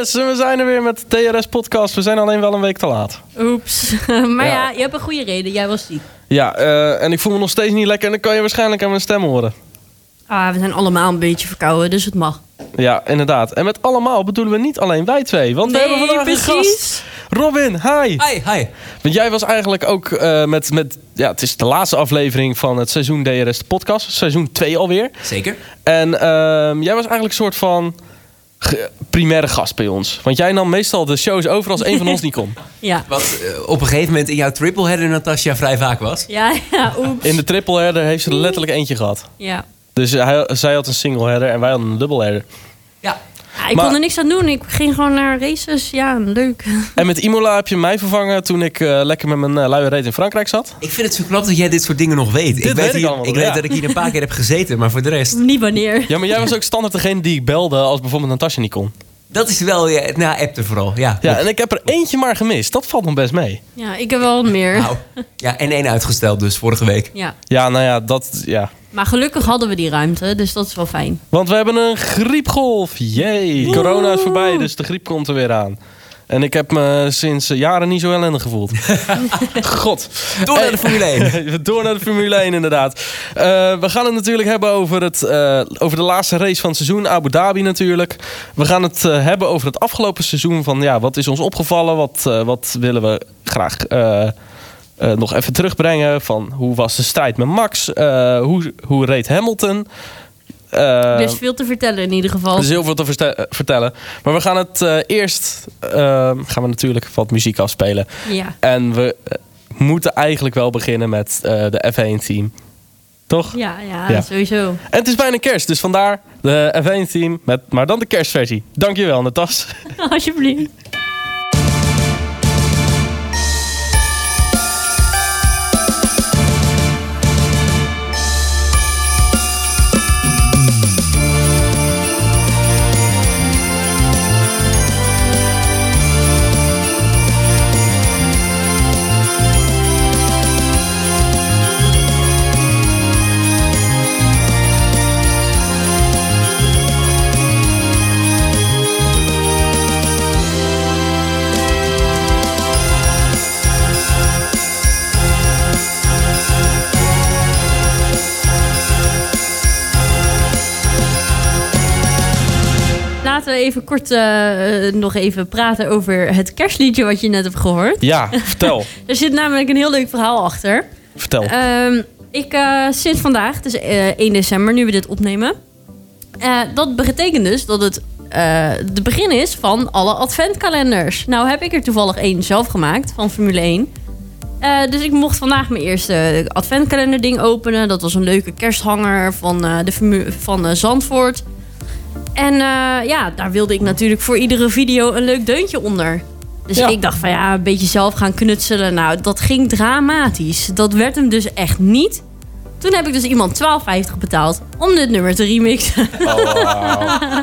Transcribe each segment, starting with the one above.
Yes, we zijn er weer met de TRS-podcast. We zijn alleen wel een week te laat. Oeps. Maar ja, je hebt een goede reden. Jij was ziek. Ja, en ik voel me nog steeds niet lekker en dan kan je waarschijnlijk aan mijn stem horen. We zijn allemaal een beetje verkouden, dus het mag. Ja, inderdaad. En met allemaal bedoelen we niet alleen wij twee. Want we hebben vandaag een gast. Robin, hi. Hi. Want jij was eigenlijk ook het is de laatste aflevering van het seizoen DRS de podcast. Seizoen 2 alweer. Zeker. En jij was eigenlijk een soort van primaire gast bij ons. Want jij nam meestal de shows over als één van ons niet kon. Ja. Wat op een gegeven moment in jouw tripleheader, Natasja, vrij vaak was. Ja, oeps. In de triple header heeft ze er letterlijk eentje gehad. Ja. Dus zij had een single header en wij hadden een double header. Ja. Ik kon er niks aan doen. Ik ging gewoon naar races. Ja, leuk. En met Imola heb je mij vervangen toen ik lekker met mijn luie reet in Frankrijk zat. Ik vind het zo knap dat jij dit soort dingen nog weet. Ik weet dat ik hier een paar keer heb gezeten, maar voor de rest... Niet wanneer. Ja, maar jij was ook standaard degene die ik belde als bijvoorbeeld Natasja niet kon. Dat is wel, appte vooral. Ja, en ik heb er eentje maar gemist. Dat valt nog best mee. Ja, ik heb wel meer. Nou, ja, en 1 uitgesteld dus, vorige week. Ja. Ja, nou ja, dat... Ja. Maar gelukkig hadden we die ruimte, dus dat is wel fijn. Want we hebben een griepgolf. Jee, corona is voorbij, dus de griep komt er weer aan. En ik heb me sinds jaren niet zo ellendig gevoeld. God. Door naar de Formule 1. Door naar de Formule 1, inderdaad. We gaan het natuurlijk hebben over de laatste race van het seizoen. Abu Dhabi natuurlijk. We gaan het hebben over het afgelopen seizoen. Van wat is ons opgevallen? Wat willen we graag nog even terugbrengen? Van hoe was de strijd met Max? Hoe reed Hamilton? Er is veel te vertellen in ieder geval. Er is heel veel te vertellen. Maar we gaan het eerst gaan we natuurlijk wat muziek afspelen. Ja. En we moeten eigenlijk wel beginnen met de F1-team. Toch? Ja, sowieso. En het is bijna kerst, dus vandaar de F1-team, maar dan de kerstversie. Dankjewel, Natas. Alsjeblieft. Laten we even kort nog even praten over het kerstliedje wat je net hebt gehoord. Ja, vertel. Er zit namelijk een heel leuk verhaal achter. Vertel. Sinds vandaag, dus 1 december, nu we dit opnemen. Dat betekent dus dat het de begin is van alle adventkalenders. Nou heb ik er toevallig 1 zelf gemaakt van Formule 1. Dus ik mocht vandaag mijn eerste adventkalender ding openen. Dat was een leuke kersthanger van Zandvoort. En daar wilde ik natuurlijk voor iedere video een leuk deuntje onder. Dus ik dacht van een beetje zelf gaan knutselen. Nou, dat ging dramatisch. Dat werd hem dus echt niet. Toen heb ik dus iemand €12,50 betaald om dit nummer te remixen. Oh, wow.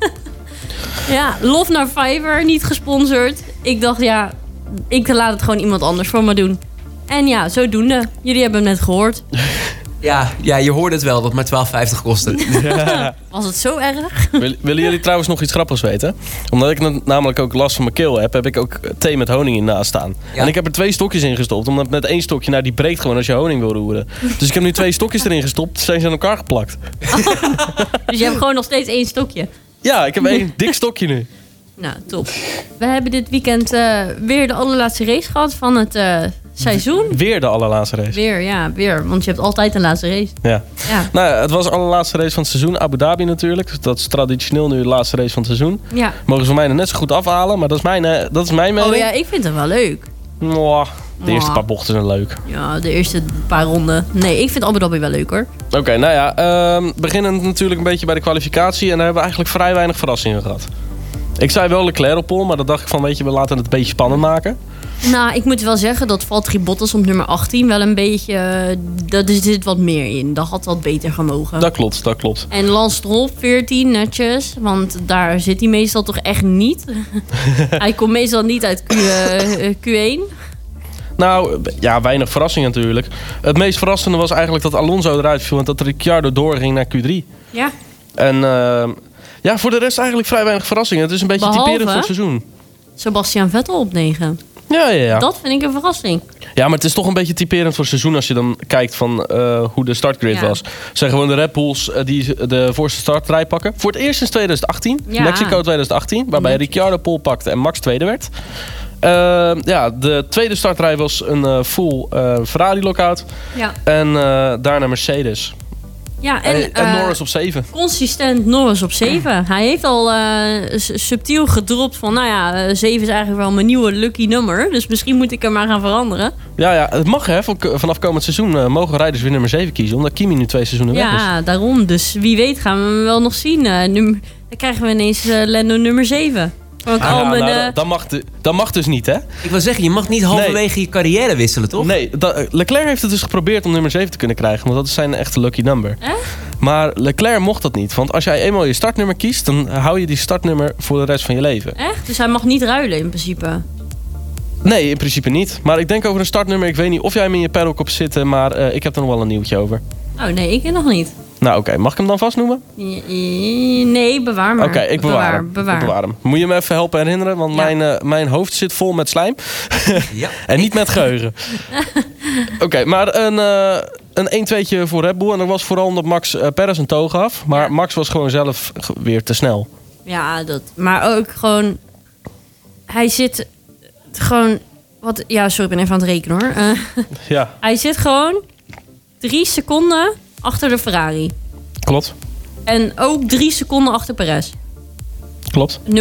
Ja, lof naar Fiverr, niet gesponsord. Ik dacht ik laat het gewoon iemand anders voor me doen. En ja, zodoende. Jullie hebben hem net gehoord. Ja, je hoorde het wel, dat maar €12,50 kostte. Ja. Was het zo erg? Willen jullie trouwens nog iets grappigs weten? Omdat ik namelijk ook last van mijn keel heb ik ook thee met honing in naast staan. Ja. En ik heb er 2 stokjes in gestopt, omdat met 1 stokje, die breekt gewoon als je honing wil roeren. Dus ik heb nu 2 stokjes erin gestopt, zijn ze aan elkaar geplakt. Dus je hebt gewoon nog steeds 1 stokje? Ja, ik heb 1 dik stokje nu. Nou, top. We hebben dit weekend weer de allerlaatste race gehad van het seizoen. Weer de allerlaatste race. Weer. Want je hebt altijd een laatste race. Ja. Nou ja, het was de allerlaatste race van het seizoen. Abu Dhabi natuurlijk. Dat is traditioneel nu de laatste race van het seizoen. Ja. Mogen ze mij er net zo goed afhalen, maar dat is mijn mening. Oh ja, ik vind het wel leuk. De eerste paar bochten zijn leuk. Ja, de eerste paar ronden. Nee, ik vind Abu Dhabi wel leuk hoor. Oké, nou ja. Beginnend natuurlijk een beetje bij de kwalificatie. En daar hebben we eigenlijk vrij weinig verrassingen gehad. Ik zei wel Leclerc op pole, maar dan dacht ik van, we laten het een beetje spannend maken. Nou, ik moet wel zeggen dat Valtteri Bottas op nummer 18 wel een beetje... er zit wat meer in. Dat had wat beter gemogen. Dat klopt. En Lance Stroll 14, netjes. Want daar zit hij meestal toch echt niet. Hij komt meestal niet uit Q1. Nou, ja, weinig verrassing natuurlijk. Het meest verrassende was eigenlijk dat Alonso eruit viel en dat Ricciardo doorging naar Q3. Ja. En Ja, voor de rest eigenlijk vrij weinig verrassingen. Het is een beetje typerend voor het seizoen. Sebastian Vettel op 9. Ja. Dat vind ik een verrassing. Ja, maar het is toch een beetje typerend voor het seizoen als je dan kijkt van hoe de startgrid was. Zijn gewoon de Red Bulls die de voorste startrij pakken. Voor het eerst sinds 2018. Ja. Mexico 2018. Waarbij Ricciardo pole pakte en Max tweede werd. De tweede startrij was een full Ferrari-lockout. Ja. En daarna Mercedes. Ja, en Norris op 7. Consistent Norris op 7. Hij heeft al subtiel gedropt van... 7 is eigenlijk wel mijn nieuwe lucky nummer. Dus misschien moet ik hem maar gaan veranderen. Ja, het mag hè. Vanaf komend seizoen mogen rijders weer nummer 7 kiezen. Omdat Kimi nu 2 seizoenen weg is. Ja, daarom. Dus wie weet gaan we hem wel nog zien. Dan krijgen we ineens Lando nummer 7. Dat mag dus niet, hè? Ik wil zeggen, je mag niet halverwege je carrière wisselen, toch? Nee, Leclerc heeft het dus geprobeerd om nummer 7 te kunnen krijgen. Want dat is zijn echte lucky number. Echt? Maar Leclerc mocht dat niet. Want als jij eenmaal je startnummer kiest... dan hou je die startnummer voor de rest van je leven. Echt? Dus hij mag niet ruilen in principe? Nee, in principe niet. Maar ik denk over een startnummer... ik weet niet of jij hem in je paddock op zitten... maar ik heb er nog wel een nieuwtje over. Oh nee, ik nog niet. Nou oké, mag ik hem dan vastnoemen? Nee, bewaar maar. Oké, ik bewaar hem. Moet je me even helpen herinneren? Want mijn hoofd zit vol met slijm. Ja. En niet met geheugen. Oké, maar een 1-2'tje voor Red Bull. En dat was vooral omdat Max Perez een toog gaf. Maar Max was gewoon zelf weer te snel. Ja, maar ook gewoon... Hij zit gewoon... sorry, ik ben even aan het rekenen hoor. Ja. Hij zit gewoon 3 seconden... achter de Ferrari. Klopt. En ook 3 seconden achter Perez. Klopt. 0,3.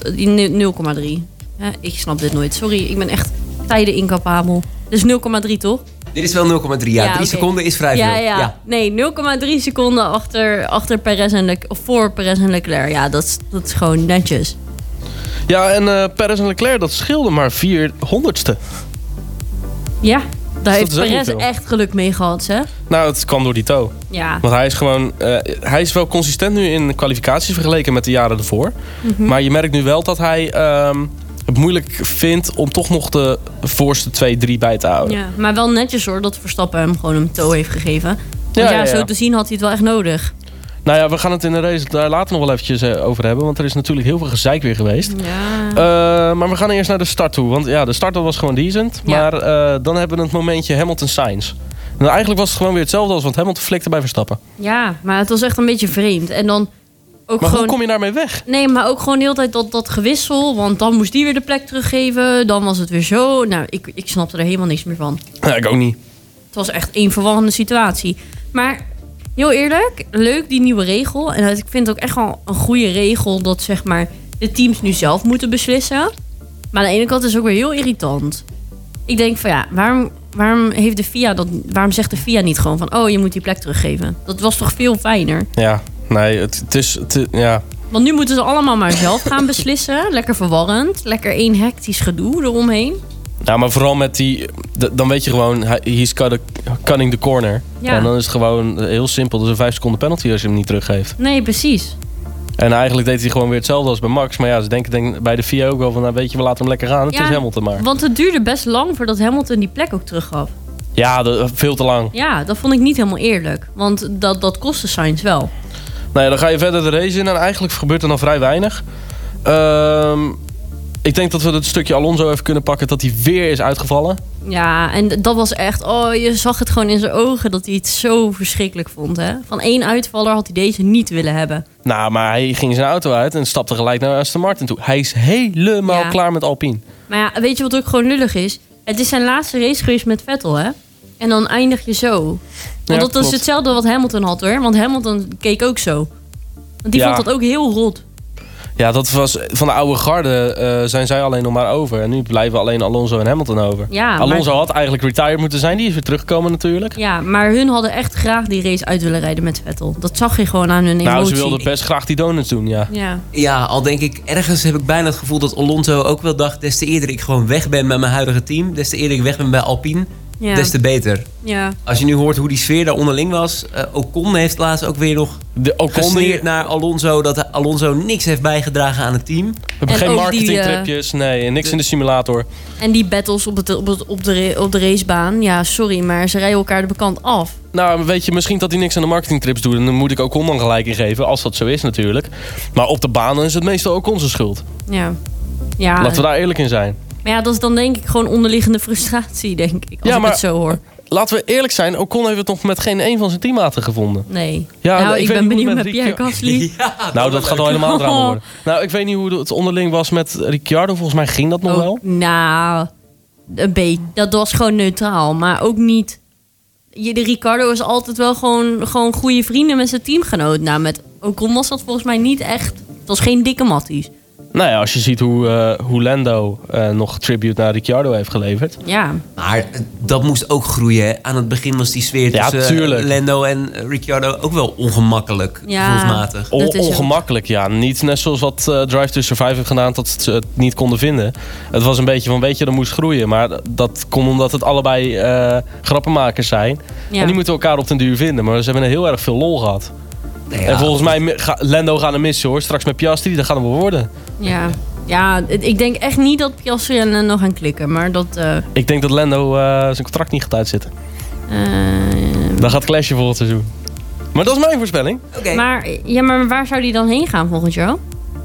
Ik snap dit nooit. Sorry, ik ben echt tijden incapabel. Dus 0,3 toch? Dit is wel 0,3. Ja, 3 seconden is vrij veel. Ja. Nee, 0,3 seconden achter Perez of voor Perez en Leclerc. Ja, dat is gewoon netjes. Ja, en Perez en Leclerc, dat scheelde maar 400ste. Ja. Daar heeft Perez echt geluk mee gehad, hè? Nou, het kwam door die tow. Ja. Want hij is gewoon... hij is wel consistent nu in kwalificaties vergeleken met de jaren ervoor. Mm-hmm. Maar je merkt nu wel dat hij het moeilijk vindt om toch nog de voorste 2-3 bij te houden. Ja, maar wel netjes hoor dat Verstappen hem gewoon een tow heeft gegeven. Want zo te zien had hij het wel echt nodig. Nou ja, we gaan het in de race daar later nog wel eventjes over hebben. Want er is natuurlijk heel veel gezeik weer geweest. Ja. Maar we gaan eerst naar de start toe. Want ja, de start was gewoon decent. Ja. Maar dan hebben we het momentje Hamilton-Sainz. Nou, eigenlijk was het gewoon weer hetzelfde als wat Hamilton flikte bij Verstappen. Ja, maar het was echt een beetje vreemd. En dan ook maar gewoon... hoe kom je daarmee weg? Nee, maar ook gewoon de hele tijd dat gewissel. Want dan moest die weer de plek teruggeven. Dan was het weer zo. Nou, ik snapte er helemaal niks meer van. Ja, ik ook niet. Het was echt een verwarrende situatie. Maar... heel eerlijk, leuk die nieuwe regel. En ik vind het ook echt wel een goede regel... dat zeg maar de teams nu zelf moeten beslissen. Maar aan de ene kant is het ook weer heel irritant. Ik denk van waarom heeft de FIA waarom zegt de FIA niet gewoon van... oh, je moet die plek teruggeven? Dat was toch veel fijner? Ja, nee, het is... ja. Want nu moeten ze allemaal maar zelf gaan beslissen. Lekker verwarrend. Lekker één hectisch gedoe eromheen. Ja, maar vooral met die... dan weet je gewoon, he's cutting the corner. Ja. En dan is het gewoon heel simpel. Dat is een 5 seconden penalty als je hem niet teruggeeft. Nee, precies. En eigenlijk deed hij gewoon weer hetzelfde als bij Max. Maar ja, ze denken bij de FIA ook wel van... nou weet je, we laten hem lekker gaan. Het is Hamilton maar. Want het duurde best lang voordat Hamilton die plek ook teruggaf. Ja, veel te lang. Ja, dat vond ik niet helemaal eerlijk. Want dat kostte Sainz wel. Nou ja, dan ga je verder de race in. En eigenlijk gebeurt er nog vrij weinig. Ik denk dat we het stukje Alonso even kunnen pakken... dat hij weer is uitgevallen. Ja, en dat was echt... oh, je zag het gewoon in zijn ogen... dat hij het zo verschrikkelijk vond, hè? Van 1 uitvaller had hij deze niet willen hebben. Nou, maar hij ging zijn auto uit... en stapte gelijk naar Aston Martin toe. Hij is helemaal klaar met Alpine. Maar ja, weet je wat ook gewoon lullig is? Het is zijn laatste race geweest met Vettel, hè? En dan eindig je zo. Want dat is hetzelfde wat Hamilton had, hoor. Want Hamilton keek ook zo. Want die vond dat ook heel rot. Ja, dat was van de oude garde zijn zij alleen nog maar over. En nu blijven alleen Alonso en Hamilton over. Ja, Alonso had eigenlijk retired moeten zijn. Die is weer teruggekomen natuurlijk. Ja, maar hun hadden echt graag die race uit willen rijden met Vettel. Dat zag je gewoon aan hun emotie. Nou, ze wilden best graag die donuts doen, ja. Ja, al denk ik, ergens heb ik bijna het gevoel dat Alonso ook wel dacht... des te eerder ik gewoon weg ben met mijn huidige team... des te eerder ik weg ben bij Alpine... des te beter. Ja. Als je nu hoort hoe die sfeer daar onderling was. Ocon heeft laatst ook weer nog gesneerd naar Alonso. Dat Alonso niks heeft bijgedragen aan het team. We hebben geen marketingtripjes, nee, niks in de simulator. En die battles op de racebaan. Ja, sorry, maar ze rijden elkaar de bekant af. Nou, weet je, misschien dat hij niks aan de marketingtrips doet. En dan moet ik Ocon dan gelijk in geven, als dat zo is natuurlijk. Maar op de banen is het meestal Ocon zijn schuld. Ja. Laten we daar eerlijk in zijn. Maar ja, dat is dan denk ik gewoon onderliggende frustratie, denk ik. Als ik het zo hoor. Laten we eerlijk zijn, Ocon heeft het nog met geen een van zijn teammaten gevonden. Nee. Ja, nou, ik ben benieuwd met Pierre Gasly. Nou, dat gaat al helemaal drama worden. Nou, ik weet niet hoe het onderling was met Ricciardo. Volgens mij ging dat nog wel. Nou, een beetje. Dat was gewoon neutraal. Maar ook niet... De Ricciardo is altijd wel gewoon goede vrienden met zijn teamgenoot. Nou, met Ocon was dat volgens mij niet echt... Het was geen dikke matties. Nou ja, als je ziet hoe Lando nog tribute naar Ricciardo heeft geleverd. Ja. Maar dat moest ook groeien. Hè? Aan het begin was die sfeer tussen Lando en Ricciardo ook wel ongemakkelijk. Gevoelsmatig. Ongemakkelijk, ja. Niet net zoals wat Drive to Survive heeft gedaan, dat ze het niet konden vinden. Het was een beetje van, weet je, dat moest groeien. Maar dat kon omdat het allebei grappenmakers zijn. Ja. En die moeten elkaar op den duur vinden. Maar ze hebben heel erg veel lol gehad. Ja. En volgens mij, Lando gaat hem missen hoor. Straks met Piastri, dat gaat hem wel worden. Ja, ik denk echt niet dat Piastri en Lando gaan klikken. Maar dat... Ik denk dat Lando zijn contract niet gaat uitzitten. Dan gaat clashen volgend seizoen. Maar dat is mijn voorspelling. Okay. Maar waar zou die dan heen gaan volgend jaar?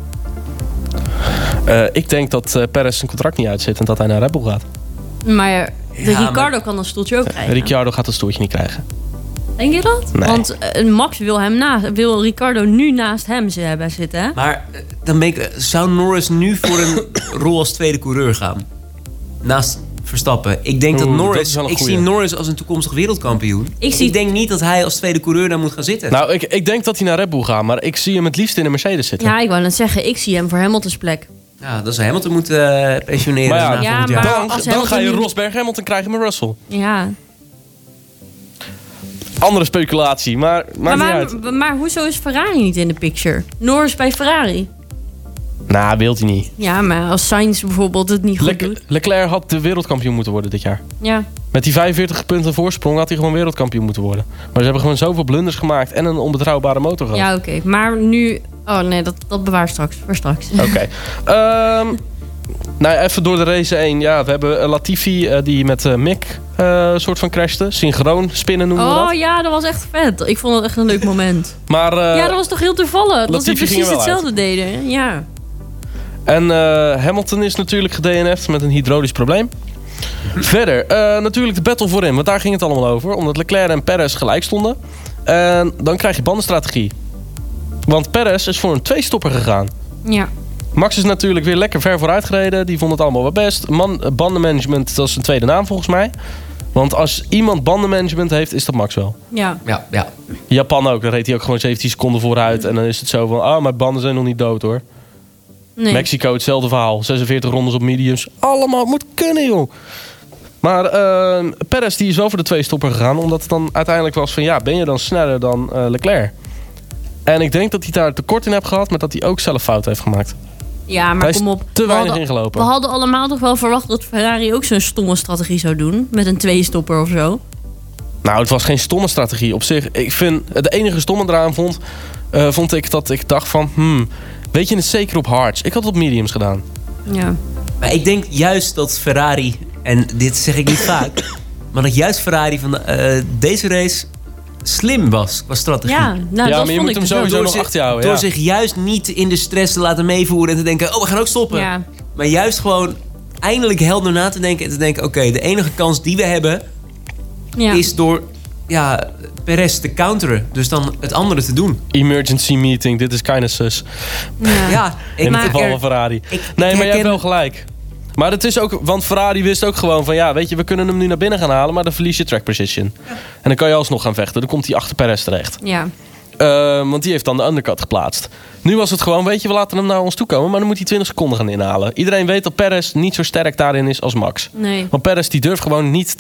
Ik denk dat Perez zijn contract niet uitzit en dat hij naar Red Bull gaat. Maar Ricciardo kan dat stoeltje ook krijgen. Ricciardo gaat dat stoeltje niet krijgen. Denk je dat? Nee. Want Max wil Ricciardo nu naast hem zitten. Hè? Maar dan zou Norris nu voor een rol als tweede coureur gaan? Naast Verstappen. Ik denk dat Norris... Ik zie Norris als een toekomstig wereldkampioen. Ik denk niet dat hij als tweede coureur daar moet gaan zitten. Nou, ik denk dat hij naar Red Bull gaat. Maar ik zie hem het liefst in een Mercedes zitten. Ja, ik wou net zeggen. Ik zie hem voor Hamilton's plek. Ja, dat zou Hamilton moeten pensioneren. Maar volgend jaar. Dan ga je Rosberg Hamilton krijgen met Russell. Ja. Andere speculatie, maar maakt niet uit. Maar hoezo is Ferrari niet in de picture? Norris bij Ferrari? Nou, wil hij niet. Ja, maar als Sainz bijvoorbeeld het niet goed doet. Leclerc had de wereldkampioen moeten worden dit jaar. Ja. Met die 45 punten voorsprong had hij gewoon wereldkampioen moeten worden. Maar ze hebben gewoon zoveel blunders gemaakt en een onbetrouwbare motor gehad. Ja, oké. Maar nu... Oh nee, dat bewaar straks. Voor straks. Oké. Nou, even door de race heen. Ja, we hebben Latifi die met Mick soort van crashte. Synchroon spinnen noemen we dat. Oh ja, dat was echt vet. Ik vond het echt een leuk moment. Maar, ja, dat was toch heel toevallig. Dat ze precies hetzelfde uit. deden. Ja. En Hamilton is natuurlijk gedNF'd met een hydraulisch probleem. Verder, natuurlijk de battle voorin. Want daar ging het allemaal over. Omdat Leclerc en Perez gelijk stonden. En dan krijg je bandenstrategie. Want Perez is voor een 2-stopper gegaan. Ja. Max is natuurlijk weer lekker ver vooruit gereden. Die vond het allemaal wel best. Bandenmanagement, dat is een tweede naam volgens mij. Want als iemand bandenmanagement heeft, is dat Max wel. Ja. Japan ook. Dan reed hij ook gewoon 17 seconden vooruit. En dan is het zo van, mijn banden zijn nog niet dood hoor. Nee. Mexico, hetzelfde verhaal. 46 rondes op mediums. Allemaal moet kunnen, joh. Maar Perez die is wel voor de 2-stopper gegaan. Omdat het dan uiteindelijk was van, ben je dan sneller dan Leclerc? En ik denk dat hij daar tekort in heeft gehad. Maar dat hij ook zelf fout heeft gemaakt. Ja, maar kom op. Te weinig ingelopen. We hadden allemaal toch wel verwacht dat Ferrari ook zo'n stomme strategie zou doen. Met een 2-stopper of zo. Nou, het was geen stomme strategie op zich. Ik vind, het enige stomme eraan vond ik dat ik dacht van... weet je het zeker op hards? Ik had het op mediums gedaan. Ja. Maar ik denk juist dat Ferrari... En dit zeg ik niet vaak... Maar dat juist Ferrari van deze race... slim was qua strategie. Ja, dat maar je moet hem sowieso nog achter jou. Door zich juist niet in de stress te laten meevoeren en te denken, we gaan ook stoppen. Ja. Maar juist gewoon eindelijk helder na te denken en te denken, oké, de enige kans die we hebben is door Perez te counteren. Dus dan het andere te doen. Emergency meeting, dit is kinda sus. Ja, in het geval van Ferrari. Maar jij hebt wel gelijk. Maar het is ook, want Ferrari wist ook gewoon van... weet je, we kunnen hem nu naar binnen gaan halen... maar dan verlies je track position. Ja. En dan kan je alsnog gaan vechten. Dan komt hij achter Perez terecht. Ja. Want die heeft dan de undercut geplaatst. Nu was het gewoon, weet je, we laten hem naar ons toe komen... maar dan moet hij 20 seconden gaan inhalen. Iedereen weet dat Perez niet zo sterk daarin is als Max. Nee. Want Perez die durft gewoon niet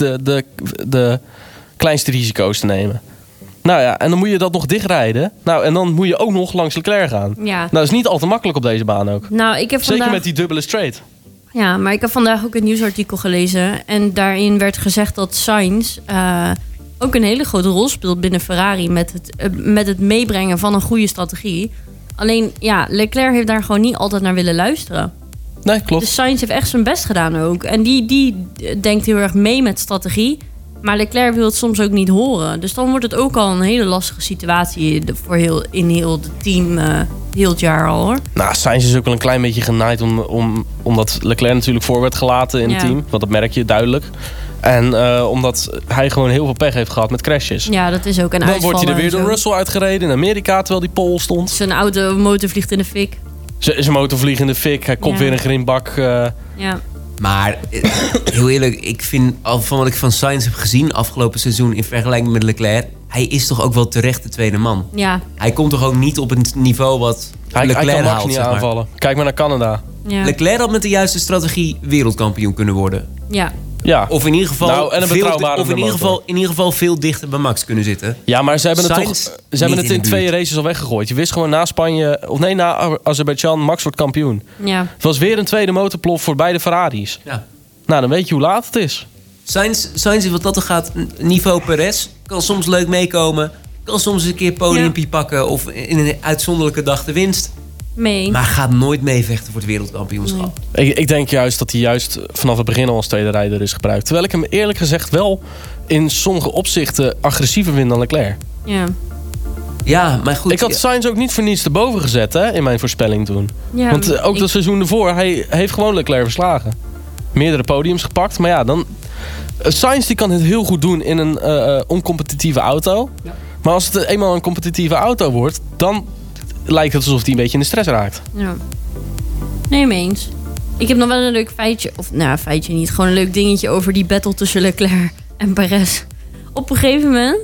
de kleinste risico's te nemen. Nou ja, en dan moet je dat nog dichtrijden. Nou, en dan moet je ook nog langs Leclerc gaan. Ja. Nou, dat is niet al te makkelijk op deze baan ook. Nou, ik heb Zeker met die dubbele straight. Ja, maar ik heb vandaag ook een nieuwsartikel gelezen. En daarin werd gezegd dat Sainz ook een hele grote rol speelt binnen Ferrari met het meebrengen van een goede strategie. Alleen, ja, Leclerc heeft daar gewoon niet altijd naar willen luisteren. Nee, klopt. Dus Sainz heeft echt zijn best gedaan ook. En die denkt heel erg mee met strategie. Maar Leclerc wil het soms ook niet horen. Dus dan wordt het ook al een hele lastige situatie voor heel het team, heel het jaar al, hoor. Nou, Sainz is ook wel een klein beetje genaaid omdat Leclerc natuurlijk voor werd gelaten in het team. Want dat merk je duidelijk. En omdat hij gewoon heel veel pech heeft gehad met crashes. Ja, dat is ook een uitvallen. Dan wordt hij er weer door Russell uitgereden in Amerika, terwijl die pole stond. Zijn motor vliegt in de fik. Zijn motor vliegt in de fik. Hij komt weer een grindbak. Ja. Maar heel eerlijk, ik vind van wat ik van Sainz heb gezien afgelopen seizoen in vergelijking met Leclerc, hij is toch ook wel terecht de tweede man. Ja. Hij komt toch ook niet op een niveau wat Leclerc hij kan haalt, niet zeg maar. aanvallen. Kijk maar naar Canada. Ja. Leclerc had met de juiste strategie wereldkampioen kunnen worden. Ja. Ja. Of in ieder geval, in ieder geval veel dichter bij Max kunnen zitten. Ja, maar ze hebben het in 2 races al weggegooid. Je wist gewoon na Spanje, na Azerbeidzjan, Max wordt kampioen. Ja. Het was weer een tweede motorplof voor beide Ferraris. Ja. Nou, dan weet je hoe laat het is. Sainz is wat dat er gaat, niveau Perez. Kan soms leuk meekomen. Kan soms een keer podiumpje pakken. Of in een uitzonderlijke dag de winst. Maar gaat nooit meevechten voor het wereldkampioenschap. Nee. Ik denk juist dat hij vanaf het begin al als tweede rijder is gebruikt. Terwijl ik hem eerlijk gezegd wel in sommige opzichten agressiever vind dan Leclerc. Ja. Ja, maar goed. Ik had Sainz ook niet voor niets erboven gezet in mijn voorspelling toen. Ja, want ook dat seizoen ervoor, hij heeft gewoon Leclerc verslagen. Meerdere podiums gepakt. Maar ja, dan... Sainz die kan het heel goed doen in een oncompetitieve auto. Ja. Maar als het eenmaal een competitieve auto wordt, dan lijkt het alsof hij een beetje in de stress raakt. Ja. Nee, mee eens. Ik heb nog wel een leuk feitje. Of nou, feitje niet. Gewoon een leuk dingetje over die battle tussen Leclerc en Perez. Op een gegeven moment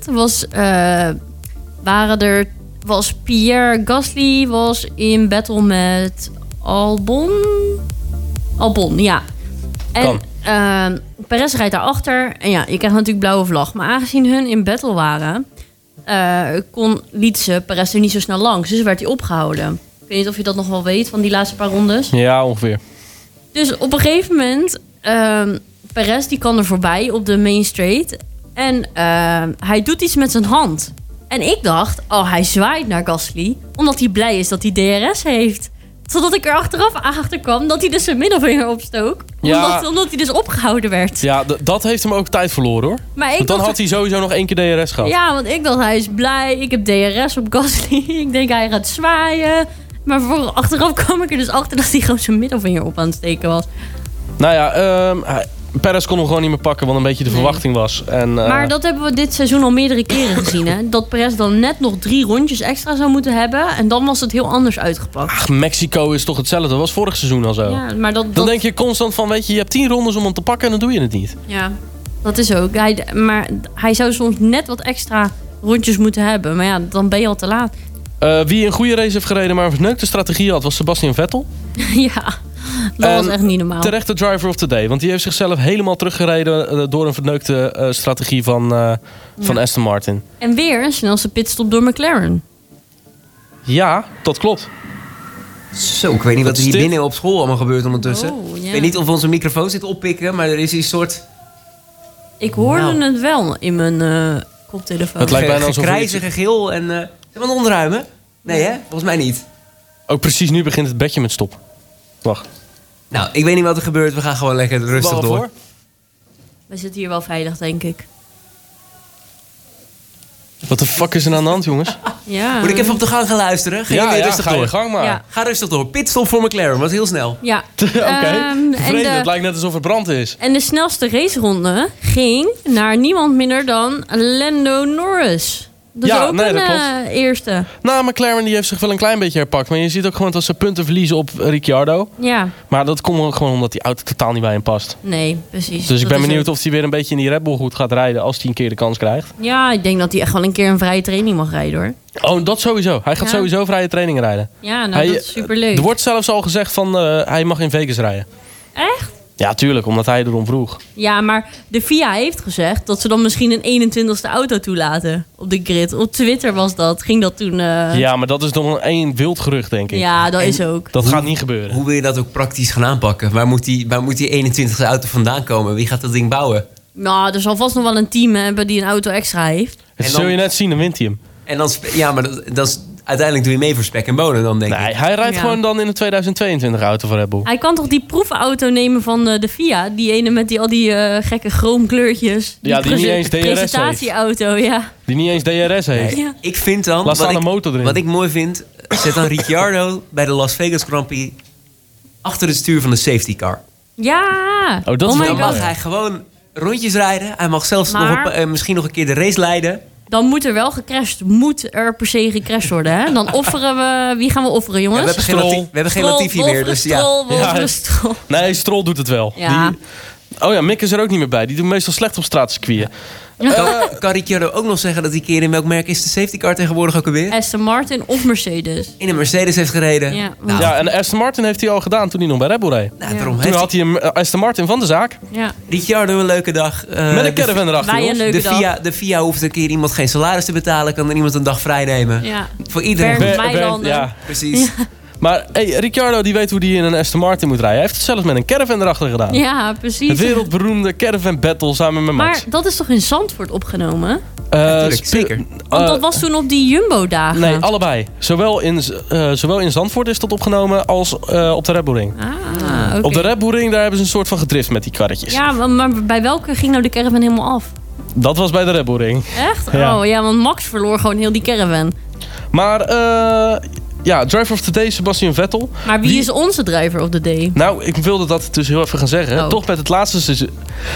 was Pierre Gasly in battle met Albon, ja. En Perez rijdt daarachter. En ja, je krijgt natuurlijk blauwe vlag. Maar aangezien hun in battle waren, liet ze Perez er niet zo snel langs. Dus werd hij opgehouden. Ik weet niet of je dat nog wel weet van die laatste paar rondes. Ja, ongeveer. Dus op een gegeven moment, Perez die kan er voorbij op de main straight. En hij doet iets met zijn hand. En ik dacht, hij zwaait naar Gasly, omdat hij blij is dat hij DRS heeft. Zodat ik er achteraf achter kwam dat hij dus zijn middelvinger opstook. Ja. Omdat hij dus opgehouden werd. Ja, dat heeft hem ook tijd verloren, hoor. Want dan had hij sowieso nog 1 keer DRS gehad. Ja, want ik dacht, hij is blij. Ik heb DRS op Gasly. Ik denk, hij gaat zwaaien. Maar achteraf kwam ik er dus achter dat hij gewoon zijn middelvinger op aan het steken was. Nou ja, Perez kon hem gewoon niet meer pakken, wat een beetje de verwachting was. Maar dat hebben we dit seizoen al meerdere keren gezien, hè? Dat Perez dan net nog 3 rondjes extra zou moeten hebben. En dan was het heel anders uitgepakt. Ach, Mexico is toch hetzelfde? Dat was vorig seizoen al zo. Ja, maar dan denk je constant van, weet je hebt 10 rondes om hem te pakken en dan doe je het niet. Ja, dat is ook. Maar hij zou soms net wat extra rondjes moeten hebben. Maar ja, dan ben je al te laat. Wie een goede race heeft gereden, maar een verneukte strategie had, was Sebastian Vettel. Ja, dat was echt niet normaal. Terecht de driver of the day. Want die heeft zichzelf helemaal teruggereden door een verneukte strategie van Aston Martin. En weer een snelste pitstop door McLaren. Ja, dat klopt. Zo, ik weet niet wat er hier binnen op school allemaal gebeurt ondertussen. Ja. Ik weet niet of onze microfoon zit oppikken, maar er is een soort... Ik hoorde het wel in mijn koptelefoon. Het lijkt bijna alsof gekrijzig, gegil en... Zijn we aan het onderruimen? Nee, hè? Volgens mij niet. Ook precies nu begint het bedje met stop. Wacht. Nou, ik weet niet wat er gebeurt. We gaan gewoon lekker rustig door. We zitten hier wel veilig, denk ik. Wat de fuck is er aan de hand, jongens? Ja. Moet ik even op de gang gaan luisteren? Rustig ga door. Je gang maar. Ja. Ga rustig door. Pitstop voor McLaren, was heel snel. Ja. Oké. Het lijkt net alsof er brand is. En de snelste raceronde ging naar niemand minder dan Lando Norris. Dat is ook een eerste. Nou, McLaren die heeft zich wel een klein beetje herpakt. Maar je ziet ook gewoon dat ze punten verliezen op Ricciardo. Ja. Maar dat komt ook gewoon omdat die auto totaal niet bij hem past. Nee, precies. Dus ik ben benieuwd of hij weer een beetje in die Red Bull goed gaat rijden als hij een keer de kans krijgt. Ja, ik denk dat hij echt wel een keer een vrije training mag rijden, hoor. Oh, dat sowieso. Hij gaat sowieso vrije trainingen rijden. Ja, nou, dat is superleuk. Er wordt zelfs al gezegd van hij mag in Vegas rijden. Echt? Ja, tuurlijk, omdat hij erom vroeg. Ja, maar de FIA heeft gezegd dat ze dan misschien een 21ste auto toelaten op de grid. Op Twitter ging dat toen... Ja, maar dat is nog een wild gerucht, denk ik. Ja, dat is ook. Dat gaat niet gebeuren. Hoe wil je dat ook praktisch gaan aanpakken? Waar moet die 21ste auto vandaan komen? Wie gaat dat ding bouwen? Nou, er zal vast nog wel een team hebben die een auto extra heeft. Dat zul je net zien, dan wint hij hem. En dan, ja, maar dat is, uiteindelijk doe je mee voor spek en bonen dan, denk ik. Nee, hij rijdt gewoon dan in de 2022 auto van Red Bull. Hij kan toch die proefauto nemen van de FIA? Die ene met al die gekke chroomkleurtjes. Ja, die niet eens DRS heeft. Presentatieauto, ja. Die niet eens DRS heeft. Ja. Ik vind dan, wat ik mooi vind, zet dan Ricciardo bij de Las Vegas Grand Prix achter het stuur van de safety car. Ja. Oh, dat is dan mag hij gewoon rondjes rijden. Hij mag zelfs misschien nog een keer de race leiden. Dan moet er wel gecrashed. Moet er per se gecrashed worden, hè? Dan offeren we... Wie gaan we offeren, jongens? Ja, we hebben geen Latifi meer, dus Stroll. Nee, Stroll doet het wel. Ja. Mick is er ook niet meer bij. Die doet meestal slecht op straatcircuiten. Kan Ricciardo ook nog zeggen dat die keer in welk merk is de safety car tegenwoordig ook alweer? Aston Martin of Mercedes. In een Mercedes heeft gereden. Ja, en Aston Martin heeft hij al gedaan toen hij nog bij Red Bull reed. Toen had hij een Aston Martin van de zaak. Ja. Ricciardo een leuke dag. Met een caravan erachter. De FIA hoeft een keer iemand geen salaris te betalen. Kan er iemand een dag vrij nemen. Ja. Voor iedereen. Ja, precies. Ja. Maar Ricciardo die weet hoe hij in een Aston Martin moet rijden. Hij heeft het zelfs met een caravan erachter gedaan. Ja, precies. Het wereldberoemde caravan battle samen met Max. Maar dat is toch in Zandvoort opgenomen? Zeker. Want dat was toen op die Jumbo-dagen. Nee, allebei. Zowel in Zandvoort is dat opgenomen als op de Red Bull Ring. Okay. Op de Red Bull Ring daar hebben ze een soort van gedrift met die karretjes. Ja, maar bij welke ging nou de caravan helemaal af? Dat was bij de Red Bull Ring. Echt? Ja. Oh ja, want Max verloor gewoon heel die caravan. Maar driver of the day, Sebastian Vettel. Maar wie is onze driver of the day? Nou, ik wilde dat dus heel even gaan zeggen. Oh. Toch met het laatste seizoen.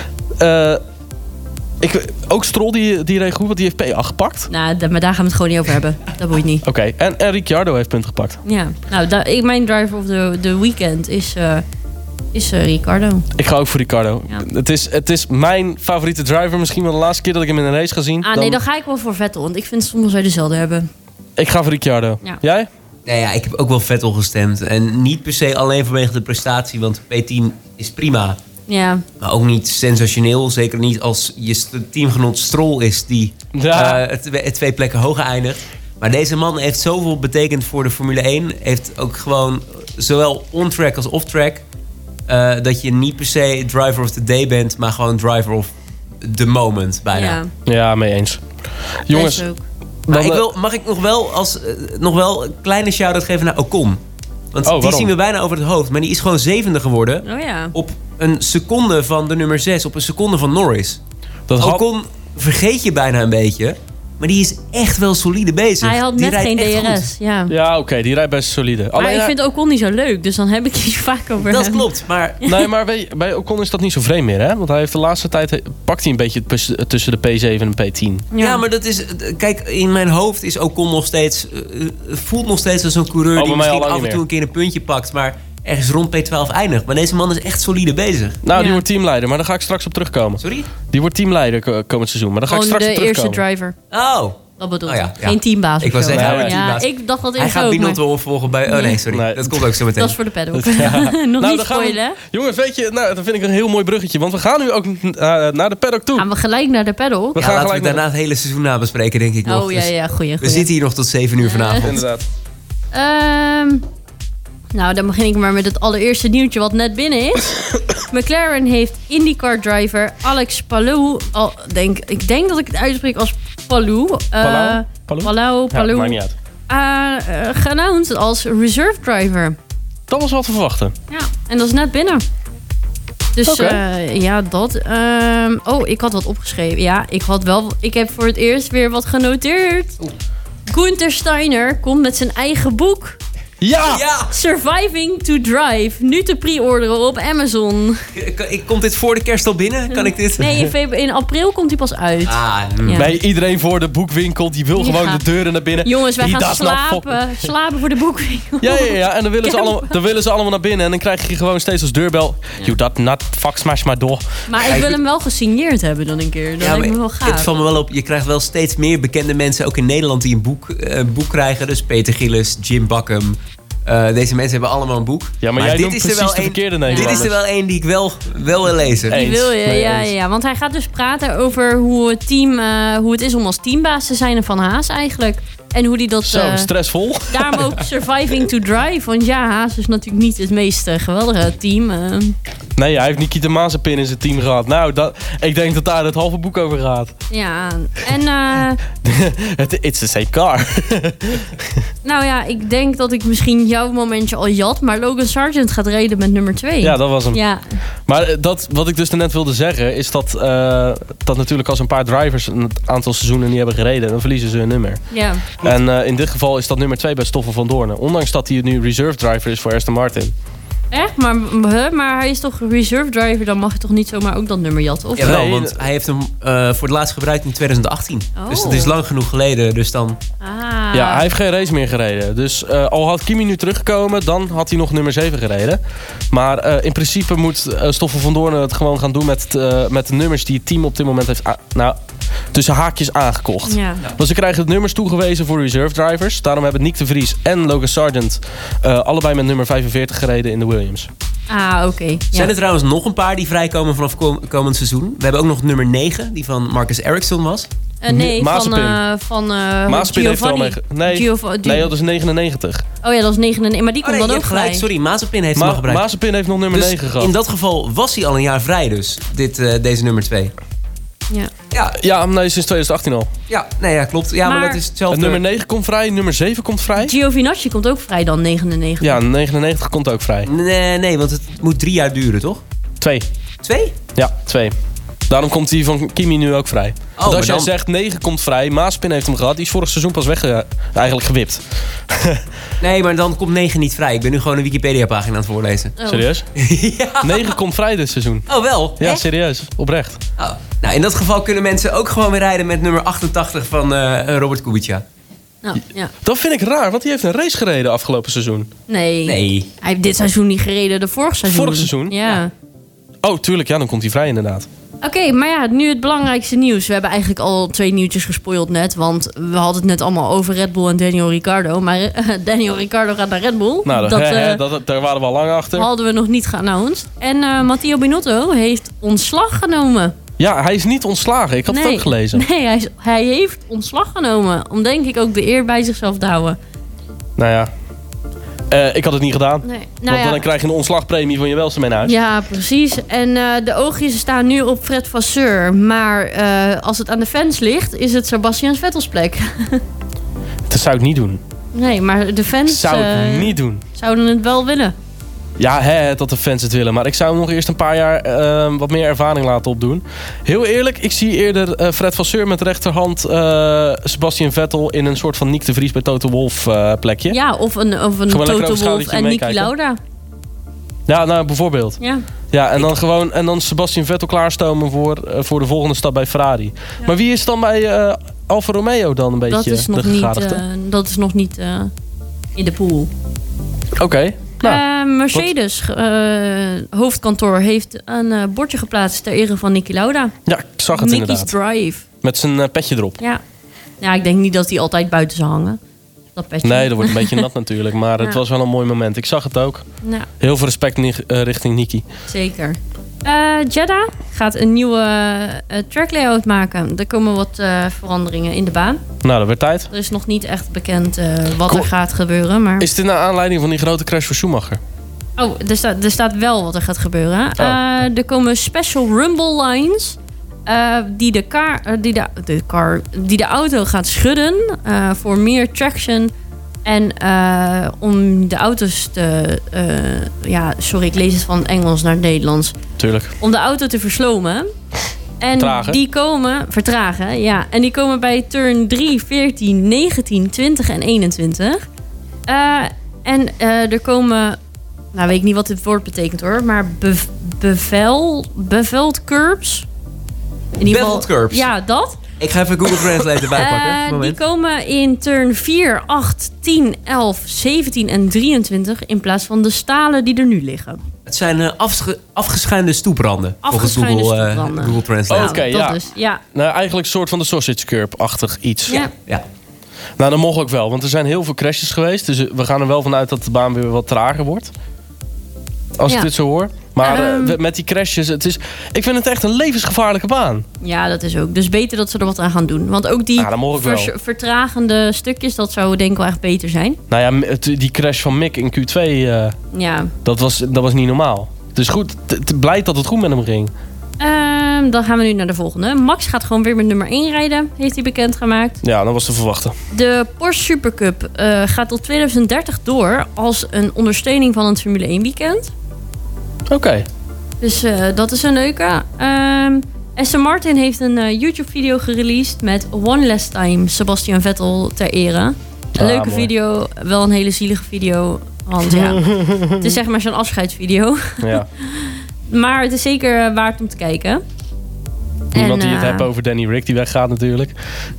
Ook Stroll die reed goed, want die heeft P8 gepakt. Nou, maar daar gaan we het gewoon niet over hebben. Dat boeit niet. Oké, en Ricciardo heeft punt gepakt. Ja, nou, mijn driver of the weekend is Ricciardo. Ik ga ook voor Ricciardo. Ja. Het is mijn favoriete driver. Misschien wel de laatste keer dat ik hem in een race ga zien. Nee, dan ga ik wel voor Vettel. Want ik vind soms zou je dezelfde hebben. Ik ga voor Ricciardo. Ja. Jij? Ja, ik heb ook wel Vettel gestemd. En niet per se alleen vanwege de prestatie, want P10 is prima. Ja. Maar ook niet sensationeel. Zeker niet als je teamgenoot Stroll is die 2 plekken hoger eindigt. Maar deze man heeft zoveel betekend voor de Formule 1. Heeft ook gewoon zowel on-track als off-track. Dat je niet per se driver of the day bent, maar gewoon driver of the moment bijna. Ja, mee eens. Jongens, maar mag ik nog wel een kleine shout-out geven naar Ocon. Want die zien we bijna over het hoofd. Maar die is gewoon 7e geworden. Oh ja. Op een seconde van de nummer 6. Op een seconde van Norris. Ocon vergeet je bijna een beetje. Maar die is echt wel solide bezig. Hij had net geen DRS. Ja, oké, die rijdt best solide. Maar ik vind Ocon niet zo leuk. Dus dan heb ik hier vaak over Dat hem. klopt, maar... Nee, maar bij Ocon is dat niet zo vreemd meer, hè? Want hij heeft de laatste tijd... pakt hij een beetje tussen de P7 en de P10. Ja, maar dat is... Kijk, in mijn hoofd is Ocon nog steeds... voelt nog steeds als zo'n coureur die misschien af en toe een keer een puntje pakt. Maar ergens rond P12 eindigt. Maar deze man is echt solide bezig. Nou, die wordt teamleider, maar daar ga ik straks op terugkomen. Sorry? Die wordt teamleider komend seizoen, maar daar ga ik straks op terugkomen. De eerste driver. Oh. Dat bedoel ik. Geen teambaas. Ik was zeggen, teambaas. Ik dacht dat hij gaat Binotto opvolgen bij... Oh nee, sorry. Nee. Dat komt ook zo meteen. Dat is voor de paddock. Nog niet spoilen. Jongens, weet je, dat vind ik een heel mooi bruggetje. Want we gaan nu ook naar de paddock toe. Gaan we gelijk naar de paddock? Laten we daarna het hele seizoen nabespreken, denk ik nog. Oh ja, goeie. We zitten hier nog tot 7 uur vanavond. Inderdaad. Nou, dan begin ik maar met het allereerste nieuwtje wat net binnen is. McLaren heeft IndyCar driver Alex Palou... ik denk dat ik het uitspreek als Palou. Palou. Ja, maakt niet uit. Geannounced als reserve driver. Dat was wat te verwachten. Ja, en dat is net binnen. Dus dat. Ik had wat opgeschreven. Ja, ik heb voor het eerst weer wat genoteerd. Gunther Steiner komt met zijn eigen boek. Ja! Surviving to Drive. Nu te pre-orderen op Amazon. Komt dit voor de kerst al binnen? Kan ik dit? Nee, in april komt hij pas uit. Nee, iedereen voor de boekwinkel. Die wil gewoon de deuren naar binnen. Jongens, wij gaan slapen voor de boekwinkel. Ja. En dan willen ze allemaal naar binnen. En dan krijg je gewoon steeds als deurbel... You dat not fuck smash maar door. Maar ik wil hem wel gesigneerd hebben dan een keer. Dat lijkt me wel gaaf. Het valt me wel op. Je krijgt wel steeds meer bekende mensen... ook in Nederland die een boek krijgen. Dus Peter Gillis, Jim Bakken... Deze mensen hebben allemaal een boek. Ja, maar jij noemt precies de verkeerde Nederlanders. Dit is er wel één die ik wel wil lezen. Die wil je, ja. Want hij gaat dus praten over hoe het is om als teambaas te zijn van Haas eigenlijk. En hoe die dat... Zo, stressvol. Daarom ook surviving to drive. Want ja, Haas is natuurlijk niet het meest geweldige team. Nee, hij heeft Nikita Mazepin in zijn team gehad. Nou, ik denk dat daar het halve boek over gaat. Ja, en... It's the same car. Nou ja, ik denk dat ik misschien jouw momentje al jat. Maar Logan Sargent gaat rijden met nummer 2. Ja, dat was hem. Ja. Maar wat ik dus net wilde zeggen... is dat natuurlijk als een paar drivers een aantal seizoenen niet hebben gereden... dan verliezen ze hun nummer. Ja. En in dit geval is dat nummer 2 bij Stoffel van Doornen. Ondanks dat hij nu reserve driver is voor Aston Martin. Echt? Maar hij is toch reserve driver? Dan mag je toch niet zomaar ook dat nummer jatten? Of? Jawel, want hij heeft hem voor het laatst gebruikt in 2018. Oh. Dus dat is lang genoeg geleden. Dus dan... Ja, hij heeft geen race meer gereden. Dus al had Kimi nu teruggekomen, dan had hij nog nummer 7 gereden. Maar in principe moet Stoffel van Doornen het gewoon gaan doen met de nummers die het team op dit moment heeft... tussen haakjes aangekocht. Ja. Want ze krijgen de nummers toegewezen voor reserve drivers. Daarom hebben Nick de Vries en Logan Sargent allebei met nummer 45 gereden in de Williams. Oké. Ja. Zijn er trouwens nog een paar die vrijkomen vanaf komend seizoen? We hebben ook nog nummer 9, die van Marcus Ericsson was. Nee, van Mazepin heeft er al mee... Nee, dat is 99. Oh ja, dat is 99. Maar die komt dan ook vrij. Sorry, Mazepin heeft nog gebruikt. Mazepin heeft nog nummer 9 gehad. In dat geval was hij al een jaar vrij dus, deze nummer 2. Ja, nee, sinds 2018 al. Ja, nee, ja, klopt. Ja, maar dat is hetzelfde. Nummer 9 komt vrij, nummer 7 komt vrij. Giovinazzi komt ook vrij dan, 99. Ja, 99 komt ook vrij. Nee, want het moet 3 jaar duren, toch? 2. 2? Ja, 2. Daarom komt hij van Kimi nu ook vrij. Want als jij zegt 9 komt vrij, Mazepin heeft hem gehad. Die is vorig seizoen pas eigenlijk gewipt. Nee, maar dan komt 9 niet vrij. Ik ben nu gewoon een Wikipedia-pagina aan het voorlezen. Oh. Serieus? Ja. 9 komt vrij dit seizoen. Oh, wel? Ja, serieus. Oprecht. Oh. Nou, in dat geval kunnen mensen ook gewoon weer rijden met nummer 88 van Robert Kubica. Ja. Dat vind ik raar, want hij heeft een race gereden afgelopen seizoen. Nee. Hij heeft dit seizoen niet gereden, de vorig seizoen. Vorig seizoen? Ja. Oh, tuurlijk. Ja, dan komt hij vrij inderdaad. Oké, maar ja, nu het belangrijkste nieuws. We hebben eigenlijk al 2 nieuwtjes gespoild net. Want we hadden het net allemaal over Red Bull en Daniel Ricciardo. Maar Daniel Ricciardo gaat naar Red Bull. Nou, daar waren we al lang achter. Hadden we nog niet geannounced. En Matteo Binotto heeft ontslag genomen. Ja, hij is niet ontslagen. Ik had het ook gelezen. Nee, hij heeft ontslag genomen. Om denk ik ook de eer bij zichzelf te houden. Nou ja. Ik had het niet gedaan. Nee. Want dan krijg je een ontslagpremie van je welste mee naar huis. Ja, precies. En de oogjes staan nu op Fred Vasseur. Maar als het aan de fans ligt, is het Sebastian Vettels plek. Dat zou ik niet doen. Nee, maar de fans... Zou ik niet doen. Zouden het wel willen. Ja, dat de fans het willen. Maar ik zou hem nog eerst een paar jaar wat meer ervaring laten opdoen. Heel eerlijk, ik zie eerder Fred Vasseur met rechterhand Sebastian Vettel in een soort van Nick de Vries bij Toto Wolff plekje. Ja, of een Toto Wolff en Niki Lauda. Ja, nou bijvoorbeeld. Ja, en dan Sebastian Vettel klaarstomen voor de volgende stap bij Ferrari. Ja. Maar wie is dan bij Alfa Romeo dan een beetje de gegadigde? Dat is nog niet in de pool. Oké. Nou, Mercedes hoofdkantoor heeft een bordje geplaatst ter ere van Niki Lauda. Ja, ik zag het inderdaad. Nicky's Drive. Met zijn petje erop. Ja, ik denk niet dat hij altijd buiten zou hangen. Dat petje. Nee, dat wordt een beetje nat natuurlijk. Maar het was wel een mooi moment. Ik zag het ook. Ja. Heel veel respect richting Niki. Zeker. Jeddah gaat een nieuwe track layout maken. Er komen wat veranderingen in de baan. Nou, dat werd tijd. Er is nog niet echt bekend wat er gaat gebeuren. Maar... Is dit naar aanleiding van die grote crash voor Schumacher? Oh, er staat wel wat er gaat gebeuren. Er komen special rumble lines die de auto gaat schudden voor meer traction. En om de auto's te... ik lees het van het Engels naar het Nederlands. Tuurlijk. Om de auto te verslomen. En vertragen. Die komen... Vertragen, ja. En die komen bij turn 3, 14, 19, 20 en 21. Er komen... Nou, weet ik niet wat dit woord betekent hoor. Maar beveld curbs. Beveld curbs? Ja, dat. Ik ga even Google Translate erbij pakken. Die komen in turn 4, 8, 10, 11, 17 en 23... in plaats van de stalen die er nu liggen. Het zijn afgeschuinde stoepranden. Afgeschuinde Google Translate. Oké, ja. Nou, eigenlijk een soort van de sausage curb-achtig iets. Ja. Nou, dat mogelijk wel. Want er zijn heel veel crashes geweest. Dus we gaan er wel vanuit dat de baan weer wat trager wordt. Als ik dit zo hoor. Maar met die crashes, ik vind het echt een levensgevaarlijke baan. Ja, dat is ook. Dus beter dat ze er wat aan gaan doen. Want ook die vertragende stukjes, dat zou denk ik wel echt beter zijn. Nou ja, die crash van Mick in Q2, dat was niet normaal. Het is goed, blij dat het goed met hem ging. Dan gaan we nu naar de volgende. Max gaat gewoon weer met nummer 1 rijden, heeft hij bekendgemaakt. Ja, dat was te verwachten. De Porsche Supercup gaat tot 2030 door als een ondersteuning van het Formule 1 weekend. Oké. Dus dat is een leuke. Aston Martin heeft een YouTube-video gereleased met One Last Time Sebastian Vettel ter ere. Een leuke mooi. Video, wel een hele zielige video. Want ja, het is zeg maar zo'n afscheidsvideo. Ja. Maar het is zeker waard om te kijken. Niemand die het heeft over Danny Rick die weggaat natuurlijk.